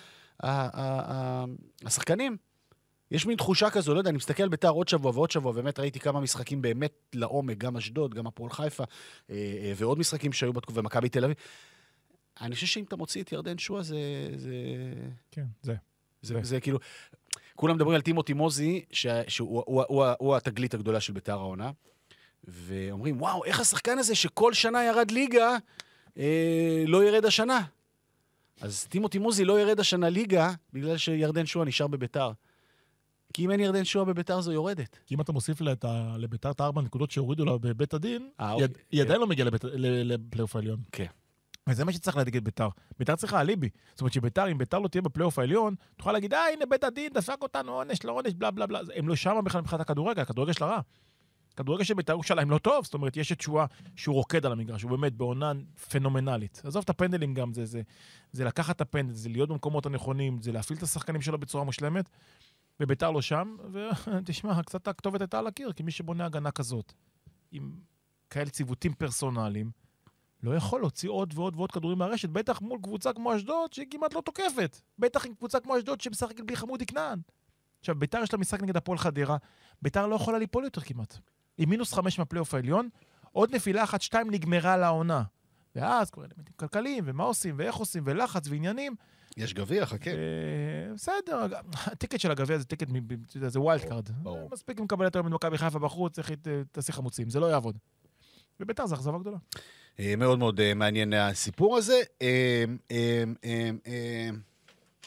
השחקנים. יש מין תחושה כזו, לא יודע, אני מסתכל על ביתר עוד שבוע ועוד שבוע, באמת ראיתי כמה משחקים באמת לעומק, גם אשדוד, גם הפועל חיפה, ועוד משחקים שהיו בתקופה, ומכבי תל אביב. אני חושב שאם אתה מוציא את ירדן שואה, כן, זה כאילו, כולם מדברים על טימותי מוזי, שהוא התגלית הגדולה של ביתר העונה, ואומרים, וואו, איך השחקן הזה שכל שנה ירד ליגה, לא ירד השנה. אז טימותי מוזי לא ירד השנה ליגה, בגלל שירדן שואה נשאר בביתר. כי אם אין ירדן שואה בביתר, זו יורדת. כי אם אתה מוסיף לביתר את 4 נקודות שהורידו לה בבית הדין, היא עדיין לא מגיעה לפלייאוף העליון. כן. וזה מה שצריך להגיד את ביתר. ביתר צריכה אליבי. זאת אומרת שביתר, אם ביתר לא תהיה בפלייאוף העליון, תוכל להגיד, הנה בית הדין, דפק אותנו, עונש, לא עונש, בלה בלה בלה. הם לא שם בכלל מבחינת הכדורגל, הכדורגל שלה רע. כדורגל של ביתר ירושלים לא טוב, זאת אומרת, יש את שואה שהוא רוקד על המגרש, הוא באמת בעונה פנומנלית. עזוב את הפנדלים גם, זה לקחת את הפנדל, זה להיות במקומות הנכונים, זה להפעיל את השחקנים שלו בצורה מושלמת, וביתר לא שם, ותשמע, קצת הכתובת הייתה על הקיר, כי מי שבונה הגנה כזאת, עם כאלה ציוותים פרסונליים, לא יכול להוציא עוד ועוד ועוד כדורים מהרשת, בטח מול קבוצה כמו אשדוד, שהיא כמעט לא תוקפת. בטח עם קבוצה כמו אשדוד, שמשחקת בלי חמודי כנען. עכשיו, ביתר יש לה משחק נגד הפועל חדרה, ביתר לא יכולה ליפול יותר כמעט. עם -5 מהפלייאוף העליון, עוד נפילה 1-2 נגמרה לעונה. ואז כבר אלמנטים כלכליים, ומה עושים, ואיך עושים, ולחץ ועניינים. יש גביע, חכה. בסדר, הטיקט של הגביע זה טיקט, זה ווילד קארד. מספיק אם מקבל יותר ממכבי חיפה בחוץ, צריך תעשי חמוצים, זה לא יעבוד. וביתר זה אכזבה גדולה. מאוד מאוד מעניין הסיפור הזה.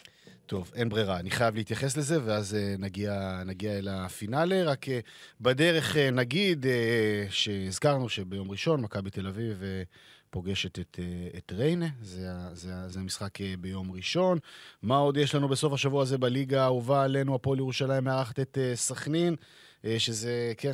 טוב, אין ברירה, אני חייב להתייחס לזה, ואז נגיע אל הפינאלה. רק בדרך נגיד שהזכרנו שביום ראשון מכבי תל אביב פוגשת את ריינה, זה המשחק ביום ראשון. מה עוד יש לנו בסוף השבוע הזה בליגה האהובה עלינו? הפועל ירושלים מארחת את סכנין, שזה, כן,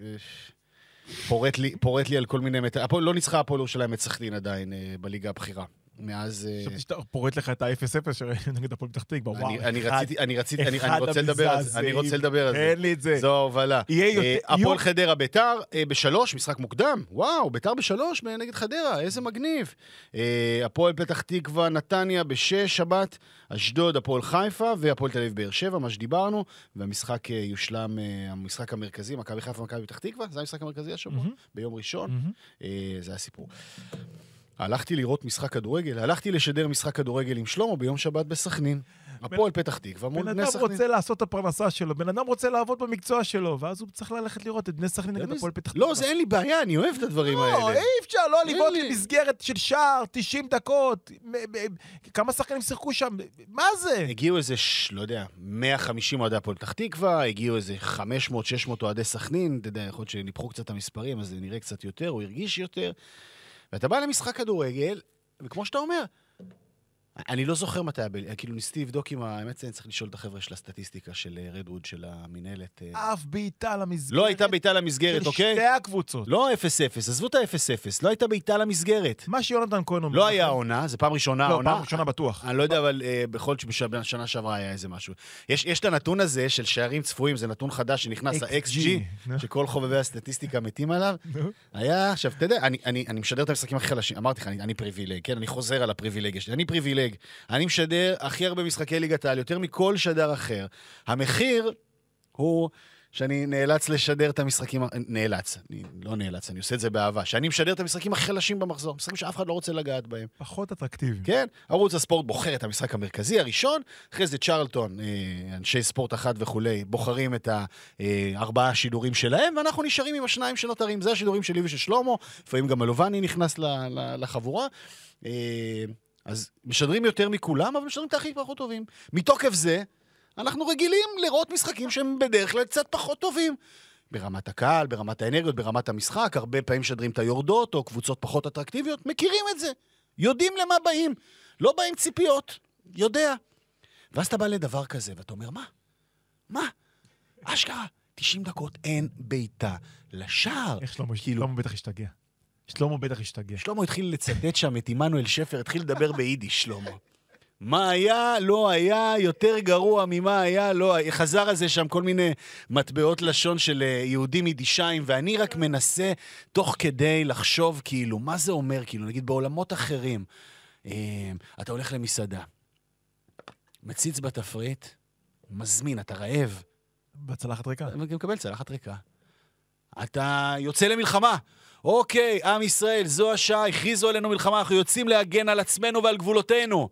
פורט לי על כל מיני... לא ניצחה הפועל ירושלים את סכנין עדיין בליגה הבכירה. מאז... חשבתי שאתה פורט לך את ה-0-0 שראינו נגד הפועל פתח תקווה, וואו. אני רוצה לדבר על זה. אין לי את זה. זו ההובלה. הפועל חדרה ביתר ב-3, משחק מוקדם. וואו, ביתר ב-3 נגד חדרה, איזה מגניב. הפועל פתח תקווה נתניה ב-6 שבת, אשדוד, הפועל חיפה, והפועל תל אביב באר שבע, מה שדיברנו, והמשחק יושלם, המשחק המרכזי, מכבי חיפה ומכבי פתח תקווה, זה המשחק המרכזי השבוע, ביום ראשון. זה הסיפור. הלכתי לראות משחק כדורגל, הלכתי לשדר משחק כדורגל עם שלמה ביום שבת בסכנין. הפועל פתח תקווה מול בני סכנין. בן אדם רוצה לעשות את הפרנסה שלו, בן אדם רוצה לעבוד במקצוע שלו, ואז הוא צריך ללכת לראות את בני סכנין נגד הפועל פתח תקווה. לא, זה אין לי בעיה, אני אוהב את הדברים האלה. לא, אי אפשר, לא לבעוט למסגרת של שער, 90 דקות, כמה שחקנים שיחקו שם, מה זה? הגיעו איזה, לא יודע, 150 אוהדי הפועל פתח תקווה, הגיעו איזה 500-600 אוהדי סכנין, אתה יודע, יכול להיות שניפחו קצת המספרים, אז זה נראה קצת יותר, הוא הרגיש יותר. ואתה בא למשחק כדורגל, וכמו שאתה אומר, אני לא זוכר מתי, כאילו ניסיתי לבדוק עם האמת, אני צריך לשאול את החבר'ה של הסטטיסטיקה של רדווד, של המנהלת. אף בעיטה למסגרת. לא הייתה בעיטה למסגרת, אוקיי? של שתי הקבוצות. לא 0-0, עזבו את ה-0-0, לא הייתה בעיטה למסגרת. מה שיונתן כהן אומר. לא היה עונה, זה פעם ראשונה. לא, פעם ראשונה בטוח. אני לא יודע, אבל בכל שנה שעברה היה איזה משהו. יש את הנתון הזה של שערים צפויים, זה נתון חדש שנכנס, ה-XG, שכל חובבי הסטטיסטיקה מתים עליו. היה, עכשיו, אתה יודע, אני משדר את המשחקים הכי חלשים. אמרתי לך, אני פריבילג, כן? אני חוזר על הפריבילגיה שלי. אני פריבילג. אני משדר הכי הרבה משחקי ליגת העל, יותר מכל שדר אחר. המחיר הוא שאני נאלץ לשדר את המשחקים... אני עושה את זה באהבה. שאני משדר את המשחקים הכי חלשים במחזור. משחקים שאף אחד לא רוצה לגעת בהם. פחות אטרקטיבי. כן, ערוץ הספורט בוחר את המשחק המרכזי הראשון, אחרי זה צ'רלטון, אנשי ספורט אחת וכולי, בוחרים את 4 שידורים שלהם, ואנחנו נשארים עם 2 שנותרים. זה השידורים שלי ושל שלמה, לפעמים גם אלובני נכנס לחבורה. אז משדרים יותר מכולם, אבל משדרים את הכי פחות טובים. מתוקף זה, אנחנו רגילים לראות משחקים שהם בדרך כלל קצת פחות טובים. ברמת הקהל, ברמת האנרגיות, ברמת המשחק, הרבה פעמים משדרים את היורדות, או קבוצות פחות אטרקטיביות, מכירים את זה. יודעים למה באים. לא באים ציפיות. יודע. ואז אתה בא לדבר כזה, ואתה אומר, מה? אשכרה, 90 דקות אין ביתה לשער. איך שלמה בטח השתגע. שלמה בטח השתגע. שלמה התחיל לצטט שם את עמנואל שפר, התחיל לדבר ביידיש, שלמה. מה היה, לא היה, יותר גרוע ממה היה, לא היה. חזר על זה שם כל מיני מטבעות לשון של יהודים יידישיים, ואני רק מנסה תוך כדי לחשוב כאילו, מה זה אומר, כאילו, נגיד בעולמות אחרים. אתה הולך למסעדה, מציץ בתפריט, מזמין, אתה רעב. בצלחת ריקה. מקבל צלחת ריקה. אתה יוצא למלחמה. אוקיי, עם ישראל, זו השעה, הכריזו עלינו מלחמה, אנחנו יוצאים להגן על עצמנו ועל גבולותינו.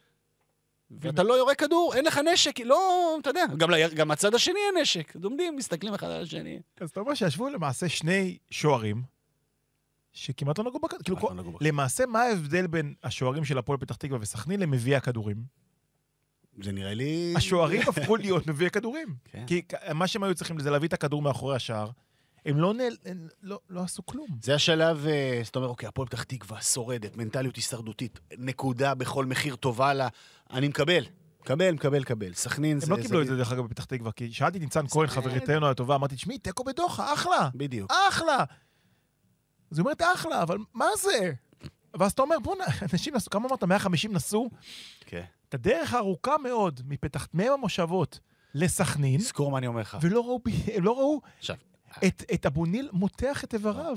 ואתה לא יורה כדור, אין לך נשק, לא, אתה יודע, גם מהצד השני אין נשק. דומדים, מסתכלים אחד על השני. אז אתה אומר שישבו למעשה 2 שוערים, שכמעט לא נגעו בכדור. למעשה, מה ההבדל בין השוערים של הפועל פתח תקווה וסכנין למביאי הכדורים? זה נראה לי... השוערים הפכו להיות מביאי הכדורים. כי מה שהם היו צריכים זה להביא את הכדור מאחורי השער, הם לא עשו כלום. זה השלב, זאת אומרת, אוקיי, הפועל פתח תקווה, שורדת, מנטליות הישרדותית, נקודה בכל מחיר טובה לה, אני מקבל. סכנין זה... הם לא קיבלו את זה דרך אגב בפתח תקווה, כי שאלתי ניצן כהן, חברתנו הטובה, אמרתי, תשמעי, תיקו בדוחה, אחלה. בדיוק. אחלה. אז היא אומרת, אחלה, אבל מה זה? ואז אתה אומר, בוא, אנשים נסו, כמה אמרת, 150 נסו? כן. את הדרך הארוכה מאוד, מהם המושבות לסכנין. זכור מה אני אומר לך. ולא ראו את אבו ניל מותח את איבריו.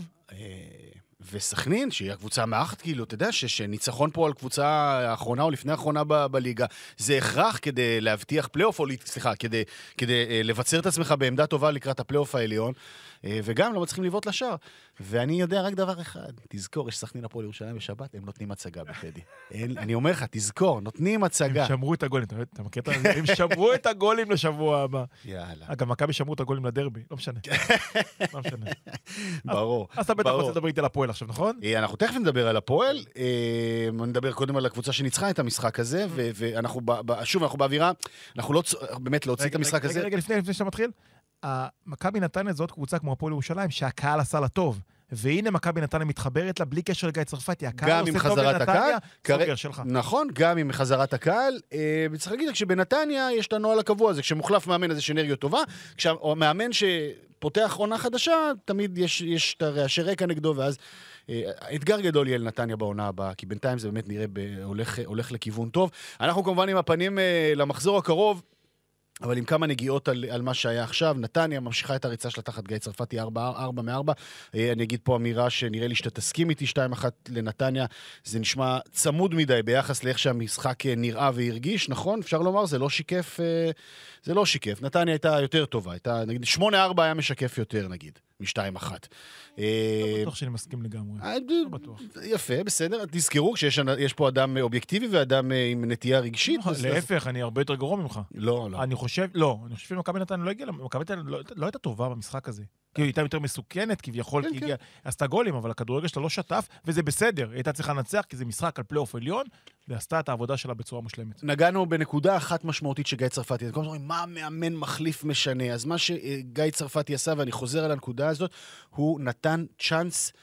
וסכנין, שהיא הקבוצה המאחת, כאילו, אתה יודע, שניצחון פה על קבוצה האחרונה או לפני האחרונה בליגה, זה הכרח כדי להבטיח פלייאוף, או סליחה, כדי לבצר את עצמך בעמדה טובה לקראת הפלייאוף העליון, וגם לא מצליחים לבעוט לשער. ואני יודע רק דבר אחד, תזכור, יש סכנין הפועל ירושלים בשבת, הם נותנים הצגה בטדי. אני אומר לך, תזכור, נותנים הצגה. הם שמרו את הגולים, אתה מכיר את זה? הם שמרו את הגולים לשבוע הבא. יאללה. אגב, מכבי שמרו את הגולים לדרבי, לא משנה. לא משנה. ברור. אז אתה בטח רוצה לדבר איתי על הפועל עכשיו, נכון? אנחנו תכף נדבר על הפועל, נדבר קודם על הקבוצה שניצחה את המשחק הזה, ואנחנו, שוב, אנחנו באווירה, אנחנו לא, באמת להוציא את המשחק הזה. רגע, לפני שאתה מתחיל, מכבי נתניה זאת קבוצה כמו הפועל ירושלים, שהקהל עשה לה טוב. והנה מכבי נתניה מתחברת לה בלי קשר לגיא צרפתי. גם עם חזרת הקהל. סוגר שלך. נכון, גם עם חזרת הקהל. וצריך להגיד, כשבנתניה יש את הנוהל הקבוע הזה, כשמוחלף מאמן אז יש אנרגיה טובה, כשהמאמן שפותח עונה חדשה, תמיד יש את הרעשי רקע נגדו, ואז אתגר גדול יהיה לנתניה בעונה הבאה, כי בינתיים זה באמת נראה הולך לכיוון טוב. אנחנו כמובן עם הפנים למחזור הקרוב, אבל עם כמה נגיעות על מה שהיה עכשיו. נתניה ממשיכה את הריצה שלה תחת גיא צרפתי 4-4 מ-4. אני אגיד פה אמירה שנראה לי שאתה תסכים איתי, 2-1 לנתניה. זה נשמע צמוד מדי ביחס לאיך שהמשחק נראה והרגיש, נכון? אפשר לומר, זה לא שיקף. זה לא שיקף. נתניה הייתה יותר טובה. הייתה, נגיד, 8-4 היה משקף יותר, נגיד, מ-2-1. לא בטוח שאני מסכים לגמרי. לא בטוח. יפה, בסדר. תזכרו, שיש פה אדם אובייקטיבי ואדם עם נטייה רגשית. להפך, אני הרבה יותר גרוע ממך. לא. אני חושב שמכבי נתניה לא הגיעה, מכבי נתניה לא הייתה טובה במשחק הזה. כי היא הייתה יותר מסוכנת, כביכול, כי הגיעה, עשתה גולים, אבל הכדורגל שלה לא שטף, וזה בסדר. היא הייתה צריכה לנצח, כי זה משחק על פלייאוף עליון, ועשתה את העבודה שלה בצורה מושלמת. נגענו בנקודה אחת משמעותית שגיא צרפתי, כל הזמן, מה מאמן מחליף משנה? אז מה שגיא צרפתי עשה, ואני חוזר על הנקודה הזאת, הוא נתן צ'אנס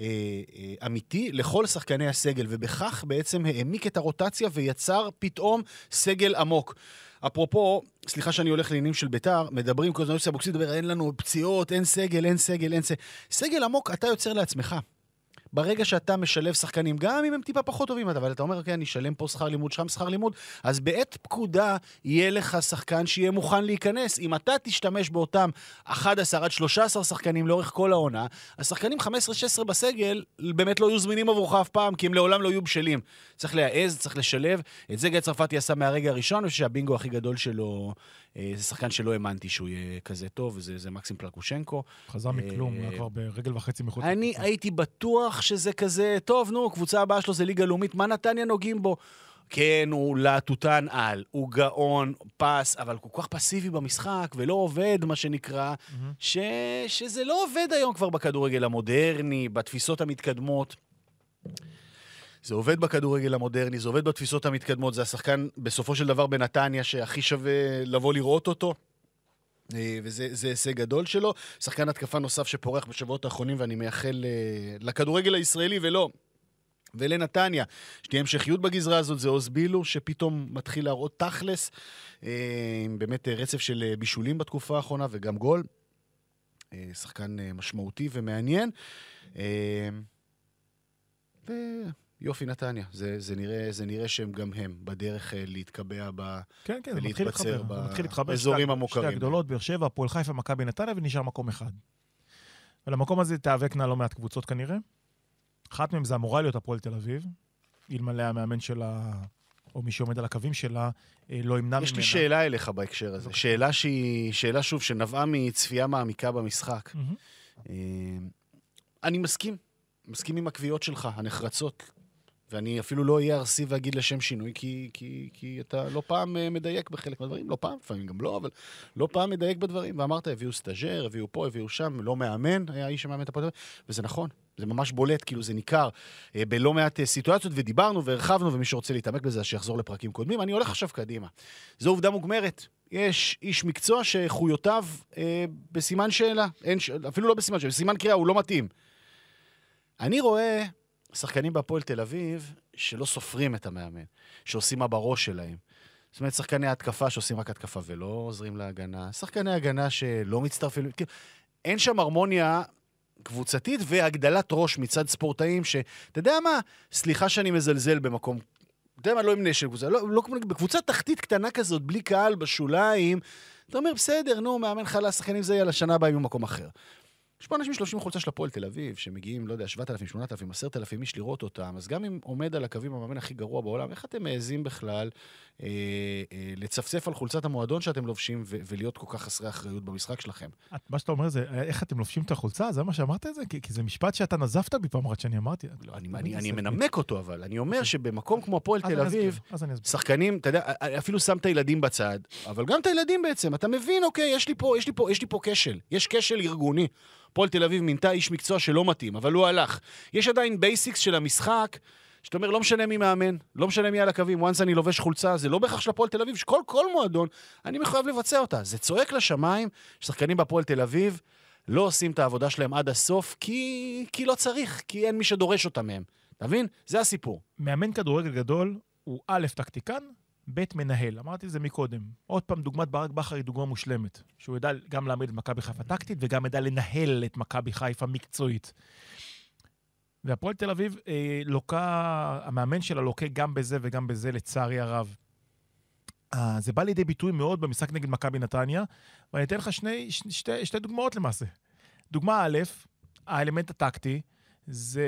אמיתי לכל שחקני הסגל, ובכך בעצם העמיק את הרוטציה ויצר פתאום סגל עמוק. אפרופו, סליחה שאני הולך לעניינים של ביתר, מדברים כל הזמן, אבוקסיס מדבר, אין לנו פציעות, אין סגל. סגל עמוק אתה יוצר לעצמך. ברגע שאתה משלב שחקנים, גם אם הם טיפה פחות טובים, אבל אתה אומר, אוקיי, אני אשלם פה שכר לימוד, שם שכר לימוד, אז בעת פקודה יהיה לך שחקן שיהיה מוכן להיכנס. אם אתה תשתמש באותם 11 עד 13 שחקנים לאורך כל העונה, השחקנים 15-16 בסגל באמת לא יהיו זמינים עבורך אף פעם, כי הם לעולם לא יהיו בשלים. צריך להעז, צריך לשלב. את זה גיא צרפתי עשה מהרגע הראשון, ושהבינגו הכי גדול שלו, זה שחקן שלא האמנתי שהוא יהיה כזה טוב, וזה מקסים פלקושנקו. חזר מכלום, היה כבר ברגל וחצי מחוץ. אני הייתי בטוח שזה כזה, טוב, נו, קבוצה הבאה שלו זה ליגה לאומית, מה נתניה נוגעים בו? כן, הוא להטוטן על, הוא גאון, פס, אבל כל כך פסיבי במשחק, ולא עובד, מה שנקרא, שזה לא עובד היום כבר בכדורגל המודרני, בתפיסות המתקדמות. זה עובד בכדורגל המודרני, זה עובד בתפיסות המתקדמות, זה השחקן בסופו של דבר בנתניה שהכי שווה לבוא לראות אותו, וזה הישג גדול שלו. שחקן התקפה נוסף שפורח בשבועות האחרונים, ואני מייחל לכדורגל הישראלי ולנתניה, שתהיה המשכיות בגזרה הזאת, זה עוז בילו, שפתאום מתחיל להראות תכלס, עם באמת רצף של בישולים בתקופה האחרונה, וגם גול. שחקן משמעותי ומעניין. יופי נתניה, זה נראה שהם גם הם בדרך להתקבע ולהתבצר באזורים המוכרים. שתי הגדולות, באר שבע, הפועל חיפה, מכבי נתניה, ונשאר מקום אחד. ולמקום הזה תיאבקנה לא מעט קבוצות כנראה. אחת מהם זה אמורה להיות הפועל תל אביב, אלמלא המאמן שלה, או מי שעומד על הקווים שלה, לא ימנע ממנה. יש לי שאלה אליך בהקשר הזה. שאלה שוב, שנבעה מצפייה מעמיקה במשחק. אני מסכים עם הקביעות שלך, הנחרצות. ואני אפילו לא אהיה ארסי ואגיד לשם שינוי, כי אתה לא פעם מדייק בחלק מהדברים, לא פעם, לפעמים גם לא, אבל לא פעם מדייק בדברים. ואמרת, הביאו סטאז'ר, הביאו פה, הביאו שם, לא מאמן, היה איש שמאמן את הפועל, וזה נכון, זה ממש בולט, כאילו זה ניכר בלא מעט סיטואציות, ודיברנו והרחבנו, ומי שרוצה להתעמק בזה, שיחזור לפרקים קודמים. אני הולך עכשיו קדימה. זו עובדה מוגמרת. יש איש מקצוע שחויותיו בסימן שאלה, אפילו לא בסימן שאלה, בסימן קריאה, הוא לא מתאים. אני רואה שחקנים בהפועל תל אביב שלא סופרים את המאמן, שעושים מה בראש שלהם. זאת אומרת, שחקני התקפה שעושים רק התקפה ולא עוזרים להגנה, שחקני הגנה שלא מצטרפים, אין שם הרמוניה קבוצתית והגדלת ראש מצד ספורטאים אתה יודע מה? סליחה שאני מזלזל במקום, אתה יודע מה? לא עם נשל קבוצה, בקבוצה תחתית קטנה כזאת, בלי קהל בשוליים, אתה אומר, בסדר, נו, מאמן חלה, שחקנים זה יהיה לשנה הבאה עם מקום אחר. יש פה אנשים שלובשים חולצה של הפועל תל אביב, שמגיעים, לא יודע, 7,000, 8,000, 10,000 איש לראות אותם, אז גם אם עומד על הקווים המאמן הכי גרוע בעולם, איך אתם מעזים בכלל לצפצף על חולצת המועדון שאתם לובשים ולהיות כל כך חסרי אחריות במשחק שלכם? מה שאתה אומר זה, איך אתם לובשים את החולצה? זה מה שאמרת את זה? כי זה משפט שאתה נזפת בי פעם אחת שאני אמרתי. אני מנמק אותו, אבל אני אומר שבמקום כמו הפועל תל אביב, שחקנים, אתה יודע, אפילו שם את הילדים בצד, אבל גם את הילדים בעצם, אתה מבין, אוקיי, יש לי פה כשל, יש כשל ארגוני. הפועל תל אביב מינתה איש מקצוע שלא מתאים, אבל הוא הלך. יש עדיין בייסיקס של המשחק, שאתה אומר, לא משנה מי מאמן, לא משנה מי על הקווים, once אני לובש חולצה, זה לא בהכרח של הפועל תל אביב, שכל מועדון, אני מחויב לבצע אותה. זה צועק לשמיים, ששחקנים בהפועל תל אביב לא עושים את העבודה שלהם עד הסוף, כי לא צריך, כי אין מי שדורש אותה מהם. אתה מבין? זה הסיפור. מאמן כדורגל גדול הוא א' טקטיקן, ב' מנהל. אמרתי זה מקודם. עוד פעם, דוגמת ברק בכר היא דוגמה מושלמת. שהוא ידע גם להעמיד את מכבי חיפה טקטית, וגם ידע לנהל את מכבי חיפה מקצועית. והפועל תל אביב המאמן שלה לוקה גם בזה וגם בזה, לצערי הרב. זה בא לידי ביטוי מאוד במשחק נגד מכבי נתניה, ואני אתן לך שתי דוגמאות למעשה. דוגמה א', האלמנט הטקטי, זה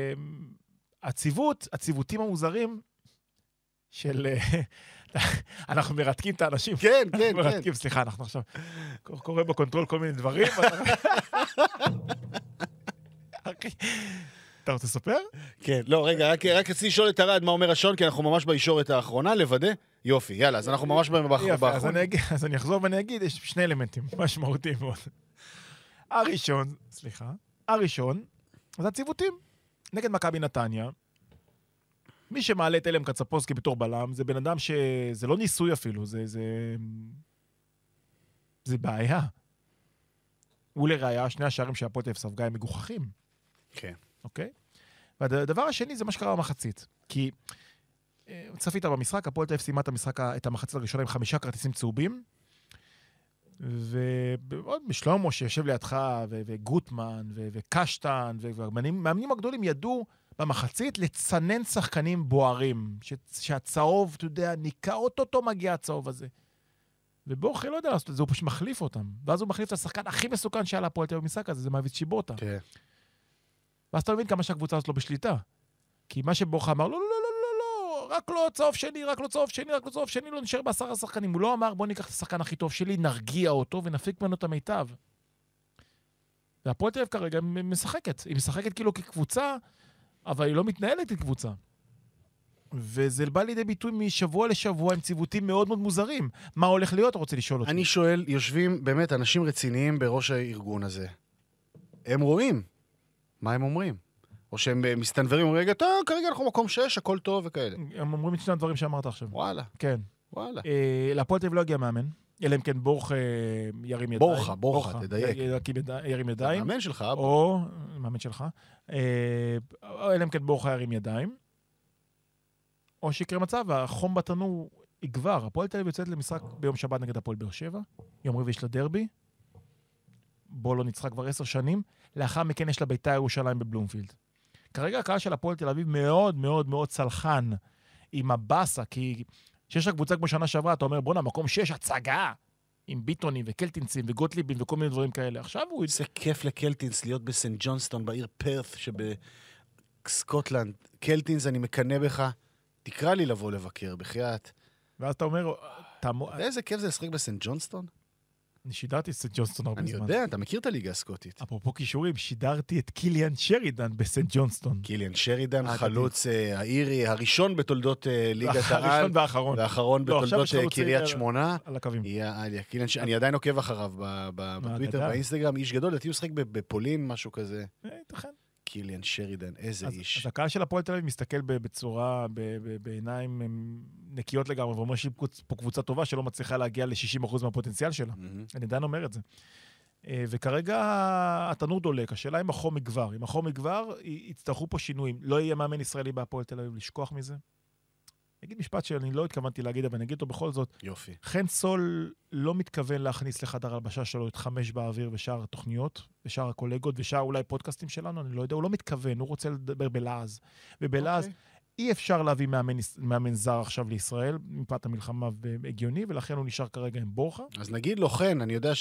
הציוותים המוזרים של... אנחנו מרתקים את האנשים. כן. סליחה, אנחנו עכשיו... קורא בקונטרול כל מיני דברים. אתה רוצה לספר? כן, לא, רגע, רק רציתי לשאול את הרד מה אומר השעון, כי אנחנו ממש בישורת האחרונה, לוודא. יופי, יאללה, אז אנחנו ממש באחרונה. אז אני אחזור ואני אגיד, יש שני אלמנטים משמעותיים מאוד. הראשון, זה הציוותים. נגד מכבי נתניה, מי שמעלה את אלם קצפוסקי בתור בלם, זה בן אדם שזה לא ניסוי אפילו, זה בעיה. ולראיה, שני השערים שהפועל תל אביב ספגה הם מגוחכים. כן. אוקיי? והדבר השני זה מה שקרה במחצית. כי צפית במשחק, הפועל תל אביב סיימה את המחצית הראשונה עם 5 כרטיסים צהובים, ועוד משלומו שיושב לידך, וגוטמן, וקשטן, והמאמנים הגדולים ידעו במחצית לצנן שחקנים בוערים, שהצהוב, אתה יודע, ניקה אותו מגיע הצהוב הזה. ובורחי לא יודע לעשות את זה, הוא פשוט מחליף אותם. ואז הוא מחליף את השחקן הכי מסוכן שהיה להפועל תל אביב במשחק הזה, זה מאביס צ'יבוטה. כן. ואז אתה מבין כמה שהקבוצה הזאת לא בשליטה. כי מה שבורחה אמר, לא, רק לא צהוב שני, לא נשאר ב10 השחקנים. הוא לא אמר, בוא ניקח את השחקן הכי טוב שלי, נרגיע אותו ונפיק ממנו את המיטב. והפועל תל אביב כרגע משחקת. היא משחקת כאילו כקבוצה, אבל היא לא מתנהלת כקבוצה. וזה בא לידי ביטוי משבוע לשבוע עם ציוותים מאוד מאוד מוזרים. מה הולך להיות? אתה רוצה לשאול אותי. אני שואל, יושבים באמת אנשים רציניים בראש הארגון הזה. הם רואים מה הם אומרים. או שהם מסתנברים, אומרים, טוב, כרגע אנחנו מקום 6, הכל טוב וכאלה. הם אומרים את שני הדברים שאמרת עכשיו. וואלה. כן. וואלה. להפועל תל אביב לא הגיע מאמן, אלא אם כן בורחה ירים ידיים. בורחה, תדייק. ירים ידיים. המאמן שלך, אבא. או, מאמן שלך. אלא אם כן בורחה ירים ידיים. או שיקרה מצב, החום בתנור יגבר. הפועל תל אביב יוצאת למשחק ביום שבת נגד הפועל באר שבע. יום רביעי יש לה דרבי. בו לא ניצחה כבר 10 שנים. לאחר מכן יש לה בית"ר ירושלים בבלומפילד. כרגע הקהל של הפועל תל אביב מאוד מאוד מאוד צלחן עם הבאסה, כי שיש הקבוצה כמו שנה שעברה, אתה אומר, בוא מקום 6, הצגה, עם ביטונים וקלטינסים וגוטליבים וכל מיני דברים כאלה. עכשיו הוא... זה כיף לקלטינס להיות בסנט ג'ונסטון, בעיר פרת שבסקוטלנד. קלטינס, אני מקנה בך, תקרא לי לבוא לבקר, בחייאת. ואז אתה אומר... איזה כיף זה לשחק בסנט ג'ונסטון? אני שידרתי את סנט ג'ונסטון הרבה זמן. אני יודע, אתה מכיר את הליגה הסקוטית. אפרופו קישורים, שידרתי את קיליאן שרידן בסנט ג'ונסטון. קיליאן שרידן, חלוץ האירי, הראשון בתולדות ליגת העל. הראשון והאחרון. והאחרון בתולדות קריית שמונה. על הקווים. אני עדיין עוקב אחריו בטוויטר, באינסטגרם, איש גדול, לדעתי הוא שחק בפולין, משהו כזה. ייתכן. קיליאן שרידן, איזה איש. אז הקהל של הפועל תל אביב מסתכל בצורה, בעיניים נקיות לגמרי, ואומר שהיא פה קבוצה טובה שלא מצליחה להגיע ל-60% מהפוטנציאל שלה. אני עדיין אומר את זה. וכרגע התנור דולק, השאלה אם החום יגבר. אם החום יגבר, יצטרכו פה שינויים. לא יהיה מאמן ישראלי בהפועל תל אביב, לשכוח מזה. אני אגיד משפט שאני לא התכוונתי להגיד, אבל אני אגיד אותו בכל זאת. יופי. חן סול לא מתכוון להכניס לחדר הלבשה שלו את 5 באוויר ושאר התוכניות, ושאר הקולגות, ושאר אולי פודקאסטים שלנו, אני לא יודע, הוא לא מתכוון, הוא רוצה לדבר בלעז. ובלעז אי אפשר להביא מאמן זר עכשיו לישראל, מפאת המלחמה הגיוני, ולכן הוא נשאר כרגע עם בורחה. אז נגיד לו, כן, אני יודע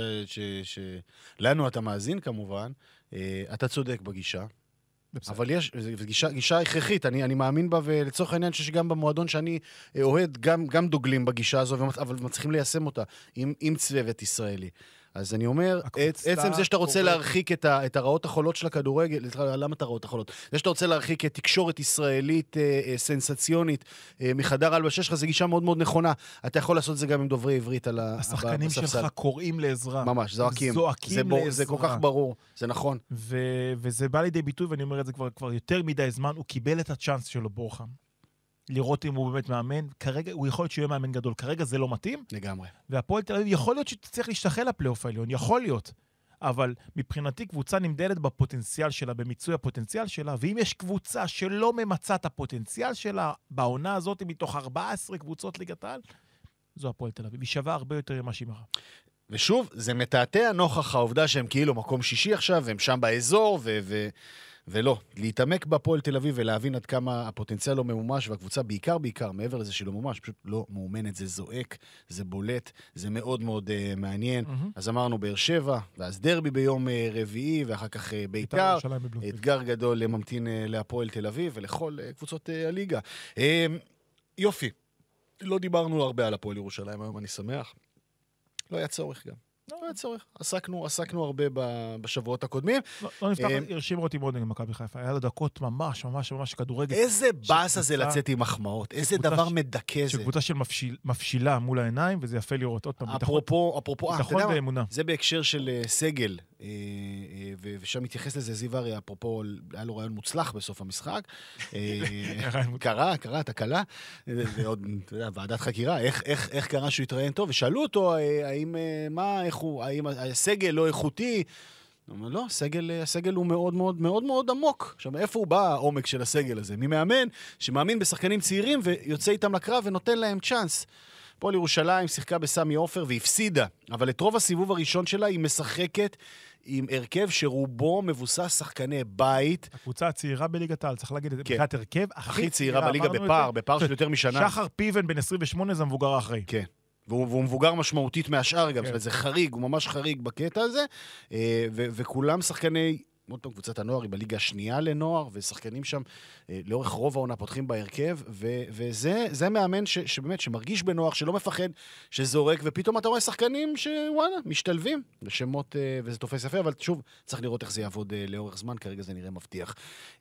שלנו אתה מאזין כמובן, אתה צודק בגישה, אבל יש, גישה הכרחית, אני מאמין בה, ולצורך העניין שגם במועדון שאני אוהד, גם דוגלים בגישה הזו, אבל מצליחים ליישם אותה עם צוות ישראלי. אז אני אומר, עצם זה שאתה רוצה להרחיק את הרעות החולות של הכדורגל, למה את הרעות החולות? זה שאתה רוצה להרחיק את תקשורת ישראלית סנסציונית מחדר הלבשה שלך, זו גישה מאוד מאוד נכונה. אתה יכול לעשות את זה גם עם דוברי עברית על הספסל. השחקנים שלך קוראים לעזרה. ממש, זועקים לעזרה. זה כל כך ברור, זה נכון. וזה בא לידי ביטוי, ואני אומר את זה כבר יותר מדי זמן, הוא קיבל את הצ'אנס שלו בורחה. לראות אם הוא באמת מאמן, כרגע הוא יכול להיות שיהיה מאמן גדול, כרגע זה לא מתאים. לגמרי. והפועל תל אביב יכול להיות שתצטרך להשתחל לפלייאוף העליון, יכול להיות. אבל מבחינתי קבוצה נמדדת בפוטנציאל שלה, במיצוי הפוטנציאל שלה, ואם יש קבוצה שלא ממצה את הפוטנציאל שלה, בעונה הזאת מתוך 14 קבוצות ליגת העל, זו הפועל תל אביב. היא שווה הרבה יותר ממה שהיא מראה. ושוב, זה מתעתע נוכח העובדה שהם כאילו מקום שישי עכשיו, והם שם באזור, ולא, להתעמק בפועל תל אביב ולהבין עד כמה הפוטנציאל לא ממומש, והקבוצה בעיקר, מעבר לזה שלא ממומש, פשוט לא מאומנת, זה זועק, זה בולט, זה מאוד מאוד מעניין. אז אמרנו באר שבע, ואז דרבי ביום רביעי, ואחר כך ביתר, אתגר גדול ממתין להפועל תל אביב, ולכל קבוצות הליגה. יופי, לא דיברנו הרבה על הפועל ירושלים היום, אני שמח. לא היה צורך גם. לא היה צורך. עסקנו הרבה בשבועות הקודמים. לא נפתח, הרשים אותי מאוד נגד מכבי חיפה. היה לו דקות ממש כדורגל. איזה באס הזה לצאת עם מחמאות. איזה דבר מדכא זה. שקבוצה של מפשילה מול העיניים, וזה יפה לראות עוד פעם. אפרופו, ביטחון ואמונה. זה בהקשר של סגל, ושם מתייחס לזה זיו אריה, אפרופו, היה לו רעיון מוצלח בסוף המשחק. קרה, תקלה. ועוד, ועדת חקירה, איך קרה שהוא התראיין טוב, ושאלו אותו, האם הסגל לא איכותי? הוא אומר, לא, הסגל הוא מאוד מאוד מאוד מאוד עמוק. עכשיו, איפה הוא בא העומק של הסגל הזה? ממאמן שמאמין בשחקנים צעירים ויוצא איתם לקרב ונותן להם צ'אנס. הפועל ירושלים שיחקה בסמי עופר והפסידה, אבל את רוב הסיבוב הראשון שלה היא משחקת עם הרכב שרובו מבוסס שחקני בית. הקבוצה הצעירה בליגת העל, צריך להגיד את זה, מבחינת הרכב הכי צעירה בליגה בפער של יותר משנה. שחר פיבן בן 28 זה המבוגר האחראי. כן. והוא מבוגר משמעותית מהשאר גם, זאת אומרת, זה חריג, הוא ממש חריג בקטע הזה, וכולם שחקני, עוד פעם, קבוצת הנוער היא בליגה השנייה לנוער, ושחקנים שם לאורך רוב העונה פותחים בהרכב, וזה מאמן שבאמת, שמרגיש בנוער, שלא מפחד, שזורק, ופתאום אתה רואה שחקנים שוואלה, משתלבים לשמות, וזה תופס יפה, אבל שוב, צריך לראות איך זה יעבוד לאורך זמן, כרגע זה נראה מבטיח.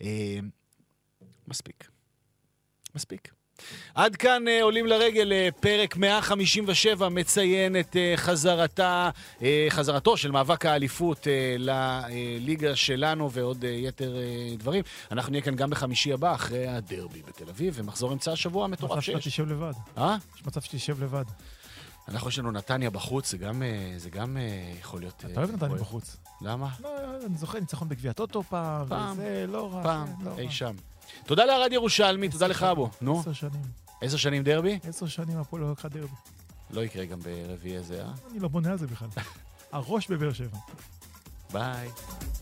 מספיק. עד כאן עולים לרגל, פרק 157 מציין את חזרתו של מאבק האליפות לליגה שלנו ועוד יתר דברים. אנחנו נהיה כאן גם בחמישי הבא אחרי הדרבי בתל אביב, ומחזור אמצע השבוע המטורף שיש. מצב שתשב לבד. יש מצב שתשב לבד. אנחנו יש לנו נתניה בחוץ, זה גם יכול להיות... אתה אוהב נתניה בחוץ. למה? לא, אני זוכר, ניצחון בגביעת אוטו פעם, וזה לא רע. פעם, אי שם. תודה לארד ירושלמי, תודה לך אבו. 10 שנים. 10 שנים דרבי? 10 שנים הפועל לא לקחה דרבי. לא יקרה גם ברביעי הזה, אני לא בונה על זה בכלל. הראש בבאר שבע. ביי.